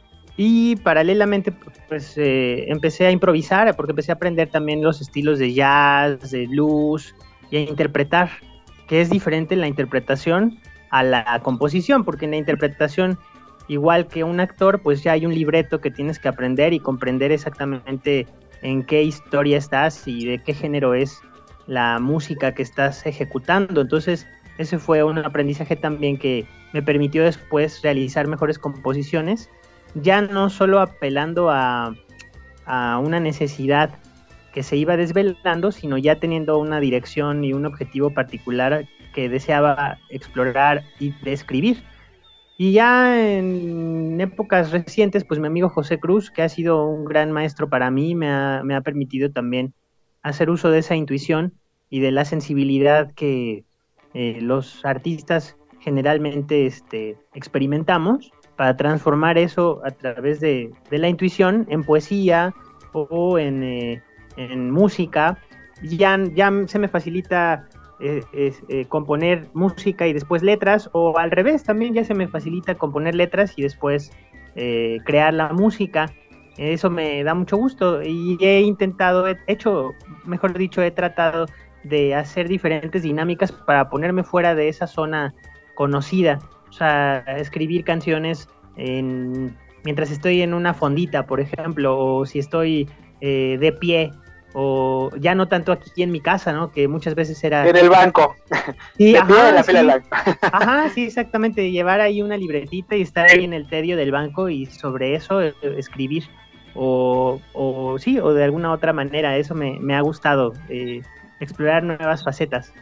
Y paralelamente pues eh, empecé a improvisar, porque empecé a aprender también los estilos de jazz, de blues, y a interpretar, que es diferente la interpretación a la composición, porque en la interpretación, igual que un actor, pues ya hay un libreto que tienes que aprender y comprender exactamente en qué historia estás y de qué género es la música que estás ejecutando. Entonces ese fue un aprendizaje también que me permitió después realizar mejores composiciones, ya no solo apelando a, a una necesidad que se iba desvelando, sino ya teniendo una dirección y un objetivo particular que deseaba explorar y describir. Y ya en épocas recientes, pues mi amigo José Cruz, que ha sido un gran maestro para mí, me ha, me ha permitido también hacer uso de esa intuición y de la sensibilidad que eh, los artistas generalmente este, experimentamos, para transformar eso a través de, de la intuición en poesía o en, eh, en música. Ya, ya se me facilita eh, eh, eh, componer música y después letras, o al revés, también ya se me facilita componer letras y después eh, crear la música. Eso me da mucho gusto y he intentado, he hecho, mejor dicho, he tratado de hacer diferentes dinámicas para ponerme fuera de esa zona conocida. O sea, escribir canciones en, mientras estoy en una fondita, por ejemplo, o si estoy eh, de pie, o ya no tanto aquí en mi casa, ¿no? Que muchas veces era... En el banco. Sí, de ajá, pie en la sí. fila del banco. Ajá, sí, exactamente. Llevar ahí una libretita y estar ahí en el tedio del banco y sobre eso eh, escribir. O, o sí, o de alguna otra manera. Eso me, me ha gustado, eh, explorar nuevas facetas.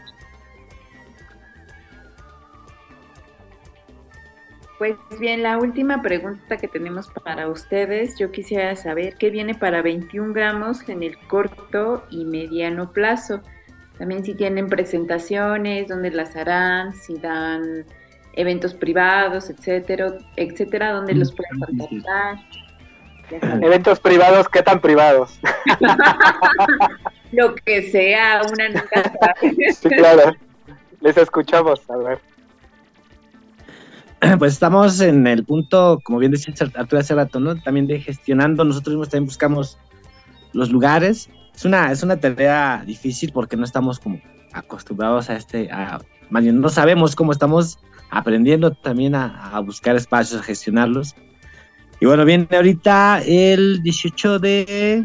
Pues bien, la última pregunta que tenemos para ustedes, yo quisiera saber qué viene para veintiún gramos en el corto y mediano plazo. También si tienen presentaciones, dónde las harán, si dan eventos privados, etcétera, etcétera, dónde los pueden contactar. Eventos privados, ¿qué tan privados? Lo que sea, una nunca sabe. Sí, claro. Les escuchamos, a ver. Pues estamos en el punto, como bien decía Arturo hace rato, ¿no? También de gestionando, nosotros mismos también buscamos los lugares. Es una, es una tarea difícil porque no estamos como acostumbrados a este, a, más bien no sabemos cómo, estamos aprendiendo también a, a buscar espacios, a gestionarlos. Y bueno, viene ahorita el dieciocho de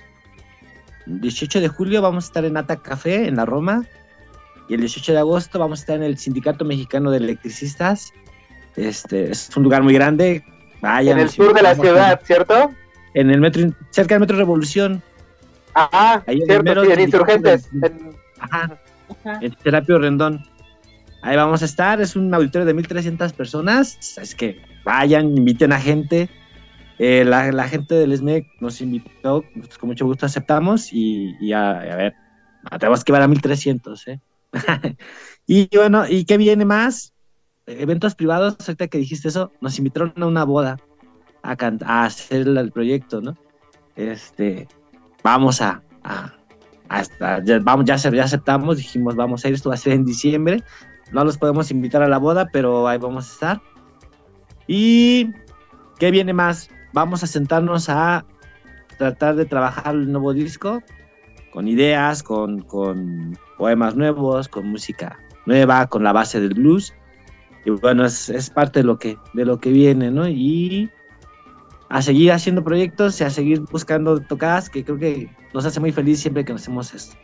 julio vamos a estar en Ata Café, en la Roma, y el dieciocho de agosto vamos a estar en el Sindicato Mexicano de Electricistas. Este es un lugar muy grande. Vayan, en el sur de la ciudad, ¿cierto? En el metro, cerca del Metro Revolución. Ajá, ahí cierto, sí, en Insurgentes. De, en, ajá, ajá, en Terapio Rendón. Ahí vamos a estar, es un auditorio de mil trescientas personas, es que vayan, inviten a gente. Eh, la, la gente del E S M E nos invitó, pues con mucho gusto aceptamos y, y a, a ver, tenemos que llevar a mil trescientos, ¿eh? Y bueno, ¿y qué viene más? Eventos privados, ahorita que dijiste eso, nos invitaron a una boda a, canta, a hacer el, el proyecto, ¿no? Este, vamos a, a, a ya, vamos, ya, ya aceptamos, dijimos vamos a ir, esto va a ser en diciembre, no los podemos invitar a la boda, pero ahí vamos a estar. ¿Y qué viene más? Vamos a sentarnos a tratar de trabajar el nuevo disco, con ideas, con, con poemas nuevos, con música nueva, con la base del blues. y bueno, es, es parte de lo que, de lo que viene, ¿no? Y a seguir haciendo proyectos y a seguir buscando tocadas, que creo que nos hace muy feliz siempre que nos hacemos esto.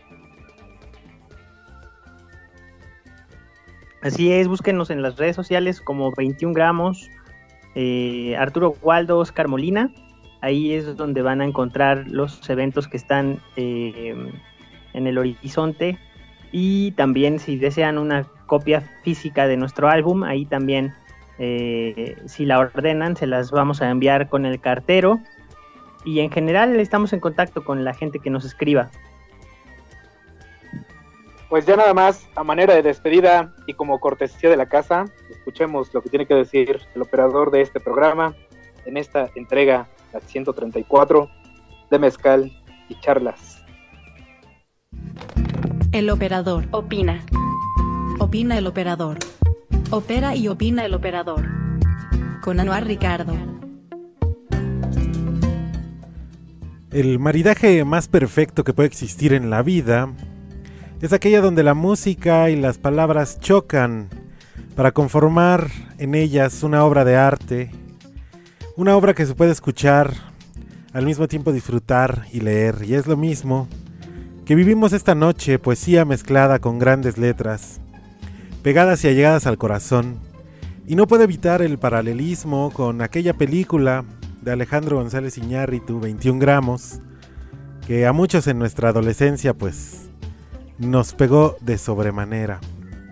Así es, búsquenos en las redes sociales como veintiún gramos, eh, Arturo Waldo, Oscar Molina. Ahí es donde van a encontrar los eventos que están eh, en el horizonte. Y también si desean una copia física de nuestro álbum, ahí también, eh, si la ordenan, se las vamos a enviar con el cartero. Y en general estamos en contacto con la gente que nos escriba. Pues ya nada más, a manera de despedida y como cortesía de la casa, escuchemos lo que tiene que decir el operador de este programa en esta entrega, la ciento treinta y cuatro, de Mezcal y Charlas. El operador. Opina. Opina el operador. Opera y opina el operador. Con Anuar Ricardo. El maridaje más perfecto que puede existir en la vida es aquella donde la música y las palabras chocan para conformar en ellas una obra de arte, una obra que se puede escuchar, al mismo tiempo disfrutar y leer, y es lo mismo que vivimos esta noche, poesía mezclada con grandes letras, pegadas y allegadas al corazón, y no puedo evitar el paralelismo con aquella película de Alejandro González Iñárritu, veintiún gramos, que a muchos en nuestra adolescencia pues nos pegó de sobremanera.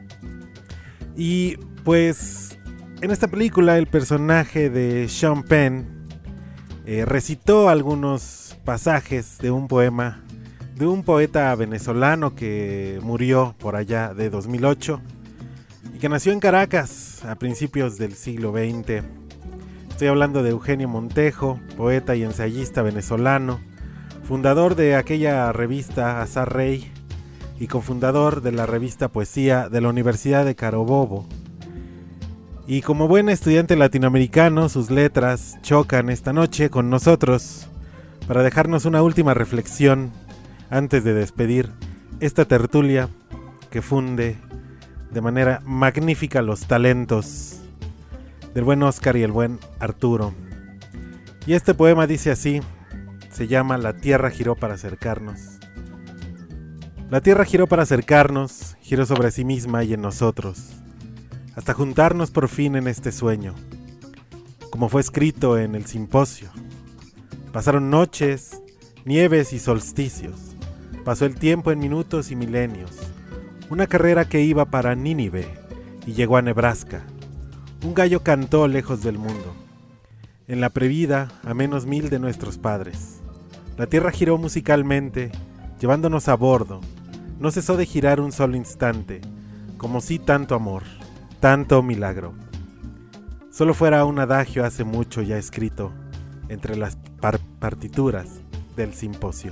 Y pues en esta película el personaje de Sean Penn eh, recitó algunos pasajes de un poema de un poeta venezolano que murió por allá de dos mil ocho y que nació en Caracas a principios del siglo veinte. Estoy hablando de Eugenio Montejo, poeta y ensayista venezolano, fundador de aquella revista Azar Rey y cofundador de la revista Poesía de la Universidad de Carabobo. Y como buen estudiante latinoamericano, sus letras chocan esta noche con nosotros para dejarnos una última reflexión antes de despedir esta tertulia que funde de manera magnífica los talentos del buen Oscar y el buen Arturo. Y este poema dice así, se llama La tierra giró para acercarnos. La tierra giró para acercarnos, giró sobre sí misma y en nosotros, hasta juntarnos por fin en este sueño, como fue escrito en el simposio. Pasaron noches, nieves y solsticios, pasó el tiempo en minutos y milenios, una carrera que iba para Nínive y llegó a Nebraska. Un gallo cantó lejos del mundo, en la previda a menos mil de nuestros padres. La tierra giró musicalmente, llevándonos a bordo. No cesó de girar un solo instante, como si tanto amor, tanto milagro. Solo fuera un adagio hace mucho ya escrito entre las par- partituras del simposio.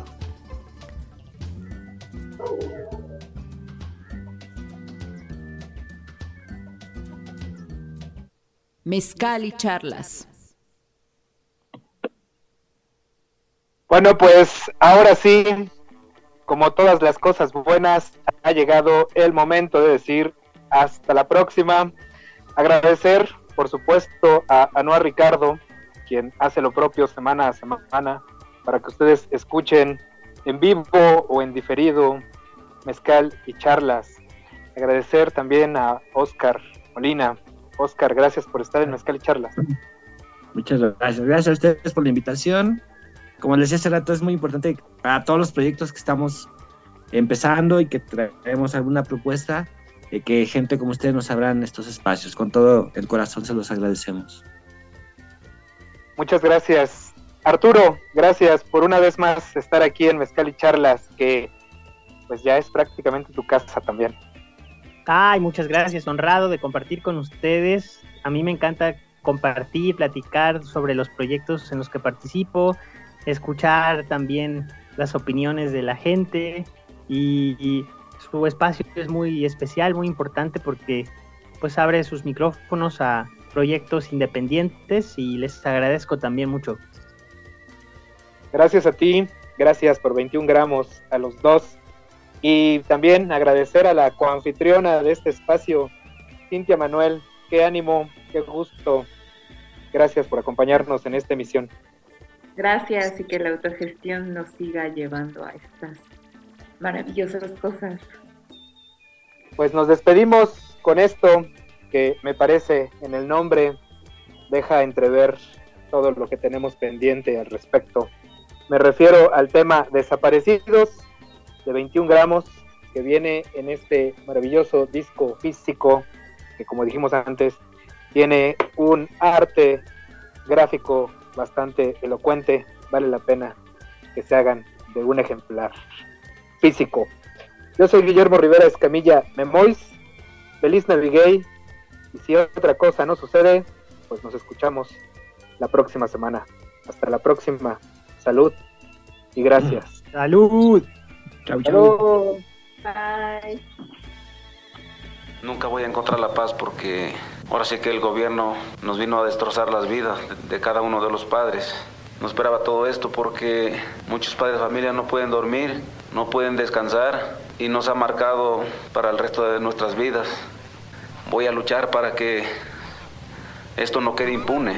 Mezcal y charlas. Bueno, pues ahora sí, como todas las cosas buenas, ha llegado el momento de decir hasta la próxima. Agradecer, por supuesto, a Anuar Ricardo, quien hace lo propio semana a semana, para que ustedes escuchen en vivo o en diferido Mezcal y Charlas. Agradecer también a Oscar Molina. Oscar, gracias por estar en Mezcal y Charlas. Muchas gracias. Gracias a ustedes por la invitación. Como les decía hace rato, es muy importante para todos los proyectos que estamos empezando y que traemos alguna propuesta, eh, que gente como ustedes nos abran estos espacios. Con todo el corazón se los agradecemos. Muchas gracias. Arturo, gracias por una vez más estar aquí en Mezcal y Charlas, que pues ya es prácticamente tu casa también. Ay, muchas gracias, honrado de compartir con ustedes. A mí me encanta compartir, platicar sobre los proyectos en los que participo, escuchar también las opiniones de la gente y, y su espacio es muy especial, muy importante porque pues abre sus micrófonos a proyectos independientes y les agradezco también mucho. Gracias a ti, gracias por veintiún gramos a los dos y también agradecer a la coanfitriona de este espacio, Cintia Manuel, qué ánimo, qué gusto. Gracias por acompañarnos en esta emisión. Gracias, y que la autogestión nos siga llevando a estas maravillosas cosas. Pues nos despedimos con esto que me parece en el nombre deja entrever todo lo que tenemos pendiente al respecto. Me refiero al tema Desaparecidos de veintiún gramos, que viene en este maravilloso disco físico que, como dijimos antes, tiene un arte gráfico bastante elocuente. Vale la pena que se hagan de un ejemplar físico. Yo soy Guillermo Rivera Escamilla Memois. Feliz Navigay, y si otra cosa no sucede, pues nos escuchamos la próxima semana. Hasta la próxima. Salud y gracias. Salud. Chau, chau. Bye. Nunca voy a encontrar la paz porque ahora sí que el gobierno nos vino a destrozar las vidas de, de cada uno de los padres. No esperaba todo esto porque muchos padres de familia no pueden dormir, no pueden descansar y nos ha marcado para el resto de nuestras vidas. Voy a luchar para que esto no quede impune.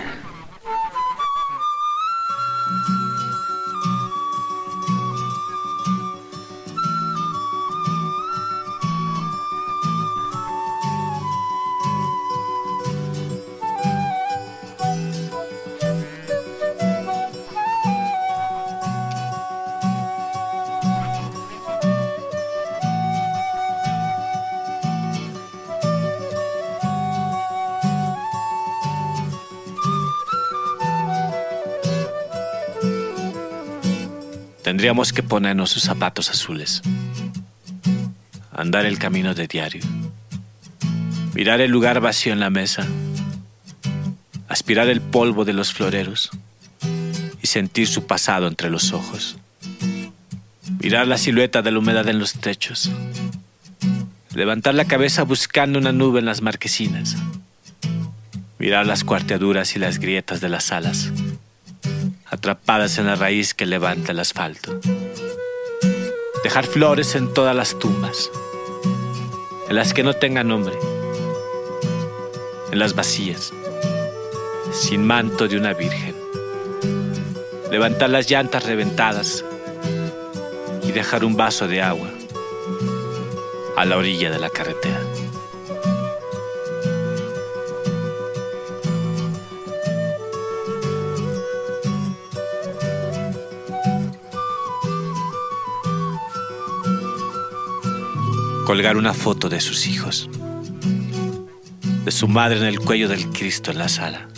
Tendríamos que ponernos sus zapatos azules, andar el camino de diario, mirar el lugar vacío en la mesa, aspirar el polvo de los floreros y sentir su pasado entre los ojos, mirar la silueta de la humedad en los techos, levantar la cabeza buscando una nube en las marquesinas, mirar las cuarteaduras y las grietas de las alas, atrapadas en la raíz que levanta el asfalto. Dejar flores en todas las tumbas, en las que no tengan nombre, en las vacías, sin manto de una virgen. Levantar las llantas reventadas y dejar un vaso de agua a la orilla de la carretera. Colgar una foto de sus hijos, de su madre en el cuello del Cristo en la sala.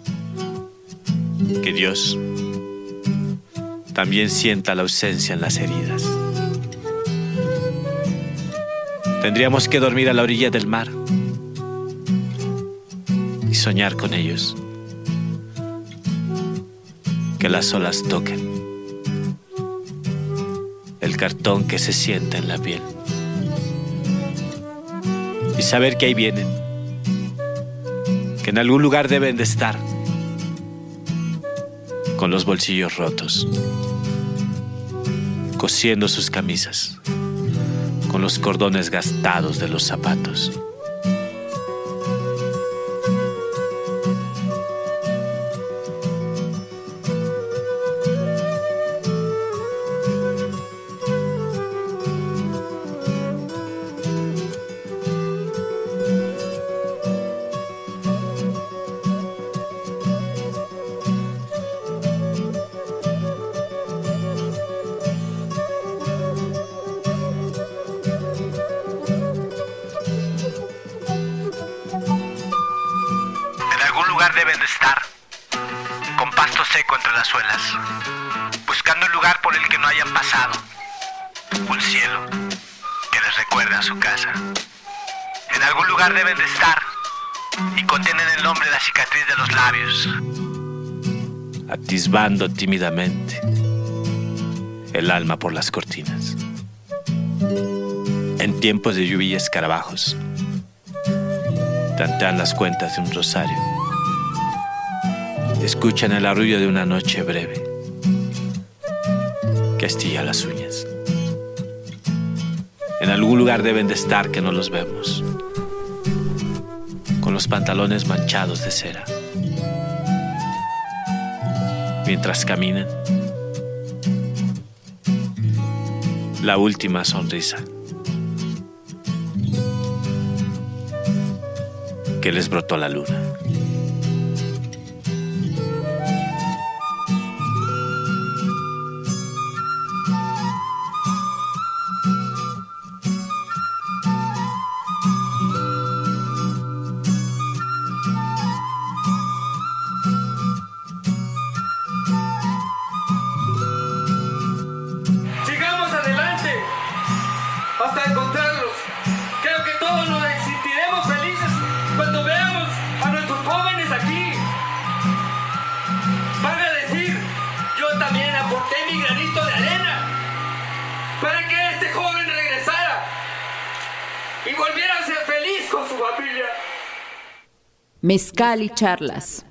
Que Dios también sienta la ausencia en las heridas. Tendríamos que dormir a la orilla del mar y soñar con ellos. Que las olas toquen el cartón que se sienta en la piel. Y saber que ahí vienen, que en algún lugar deben de estar, con los bolsillos rotos, cosiendo sus camisas, con los cordones gastados de los zapatos. Deben de estar con pasto seco entre las suelas, buscando un lugar por el que no hayan pasado, un cielo que les recuerde a su casa. En algún lugar deben de estar y contienen el nombre de la cicatriz de los labios, atisbando tímidamente el alma por las cortinas. En tiempos de lluvia y escarabajos, tantean las cuentas de un rosario. Escuchan el arrullo de una noche breve que astilla las uñas. En algún lugar deben de estar que no los vemos, con los pantalones manchados de cera. Mientras caminan, la última sonrisa que les brotó la luna. Mezcal y charlas.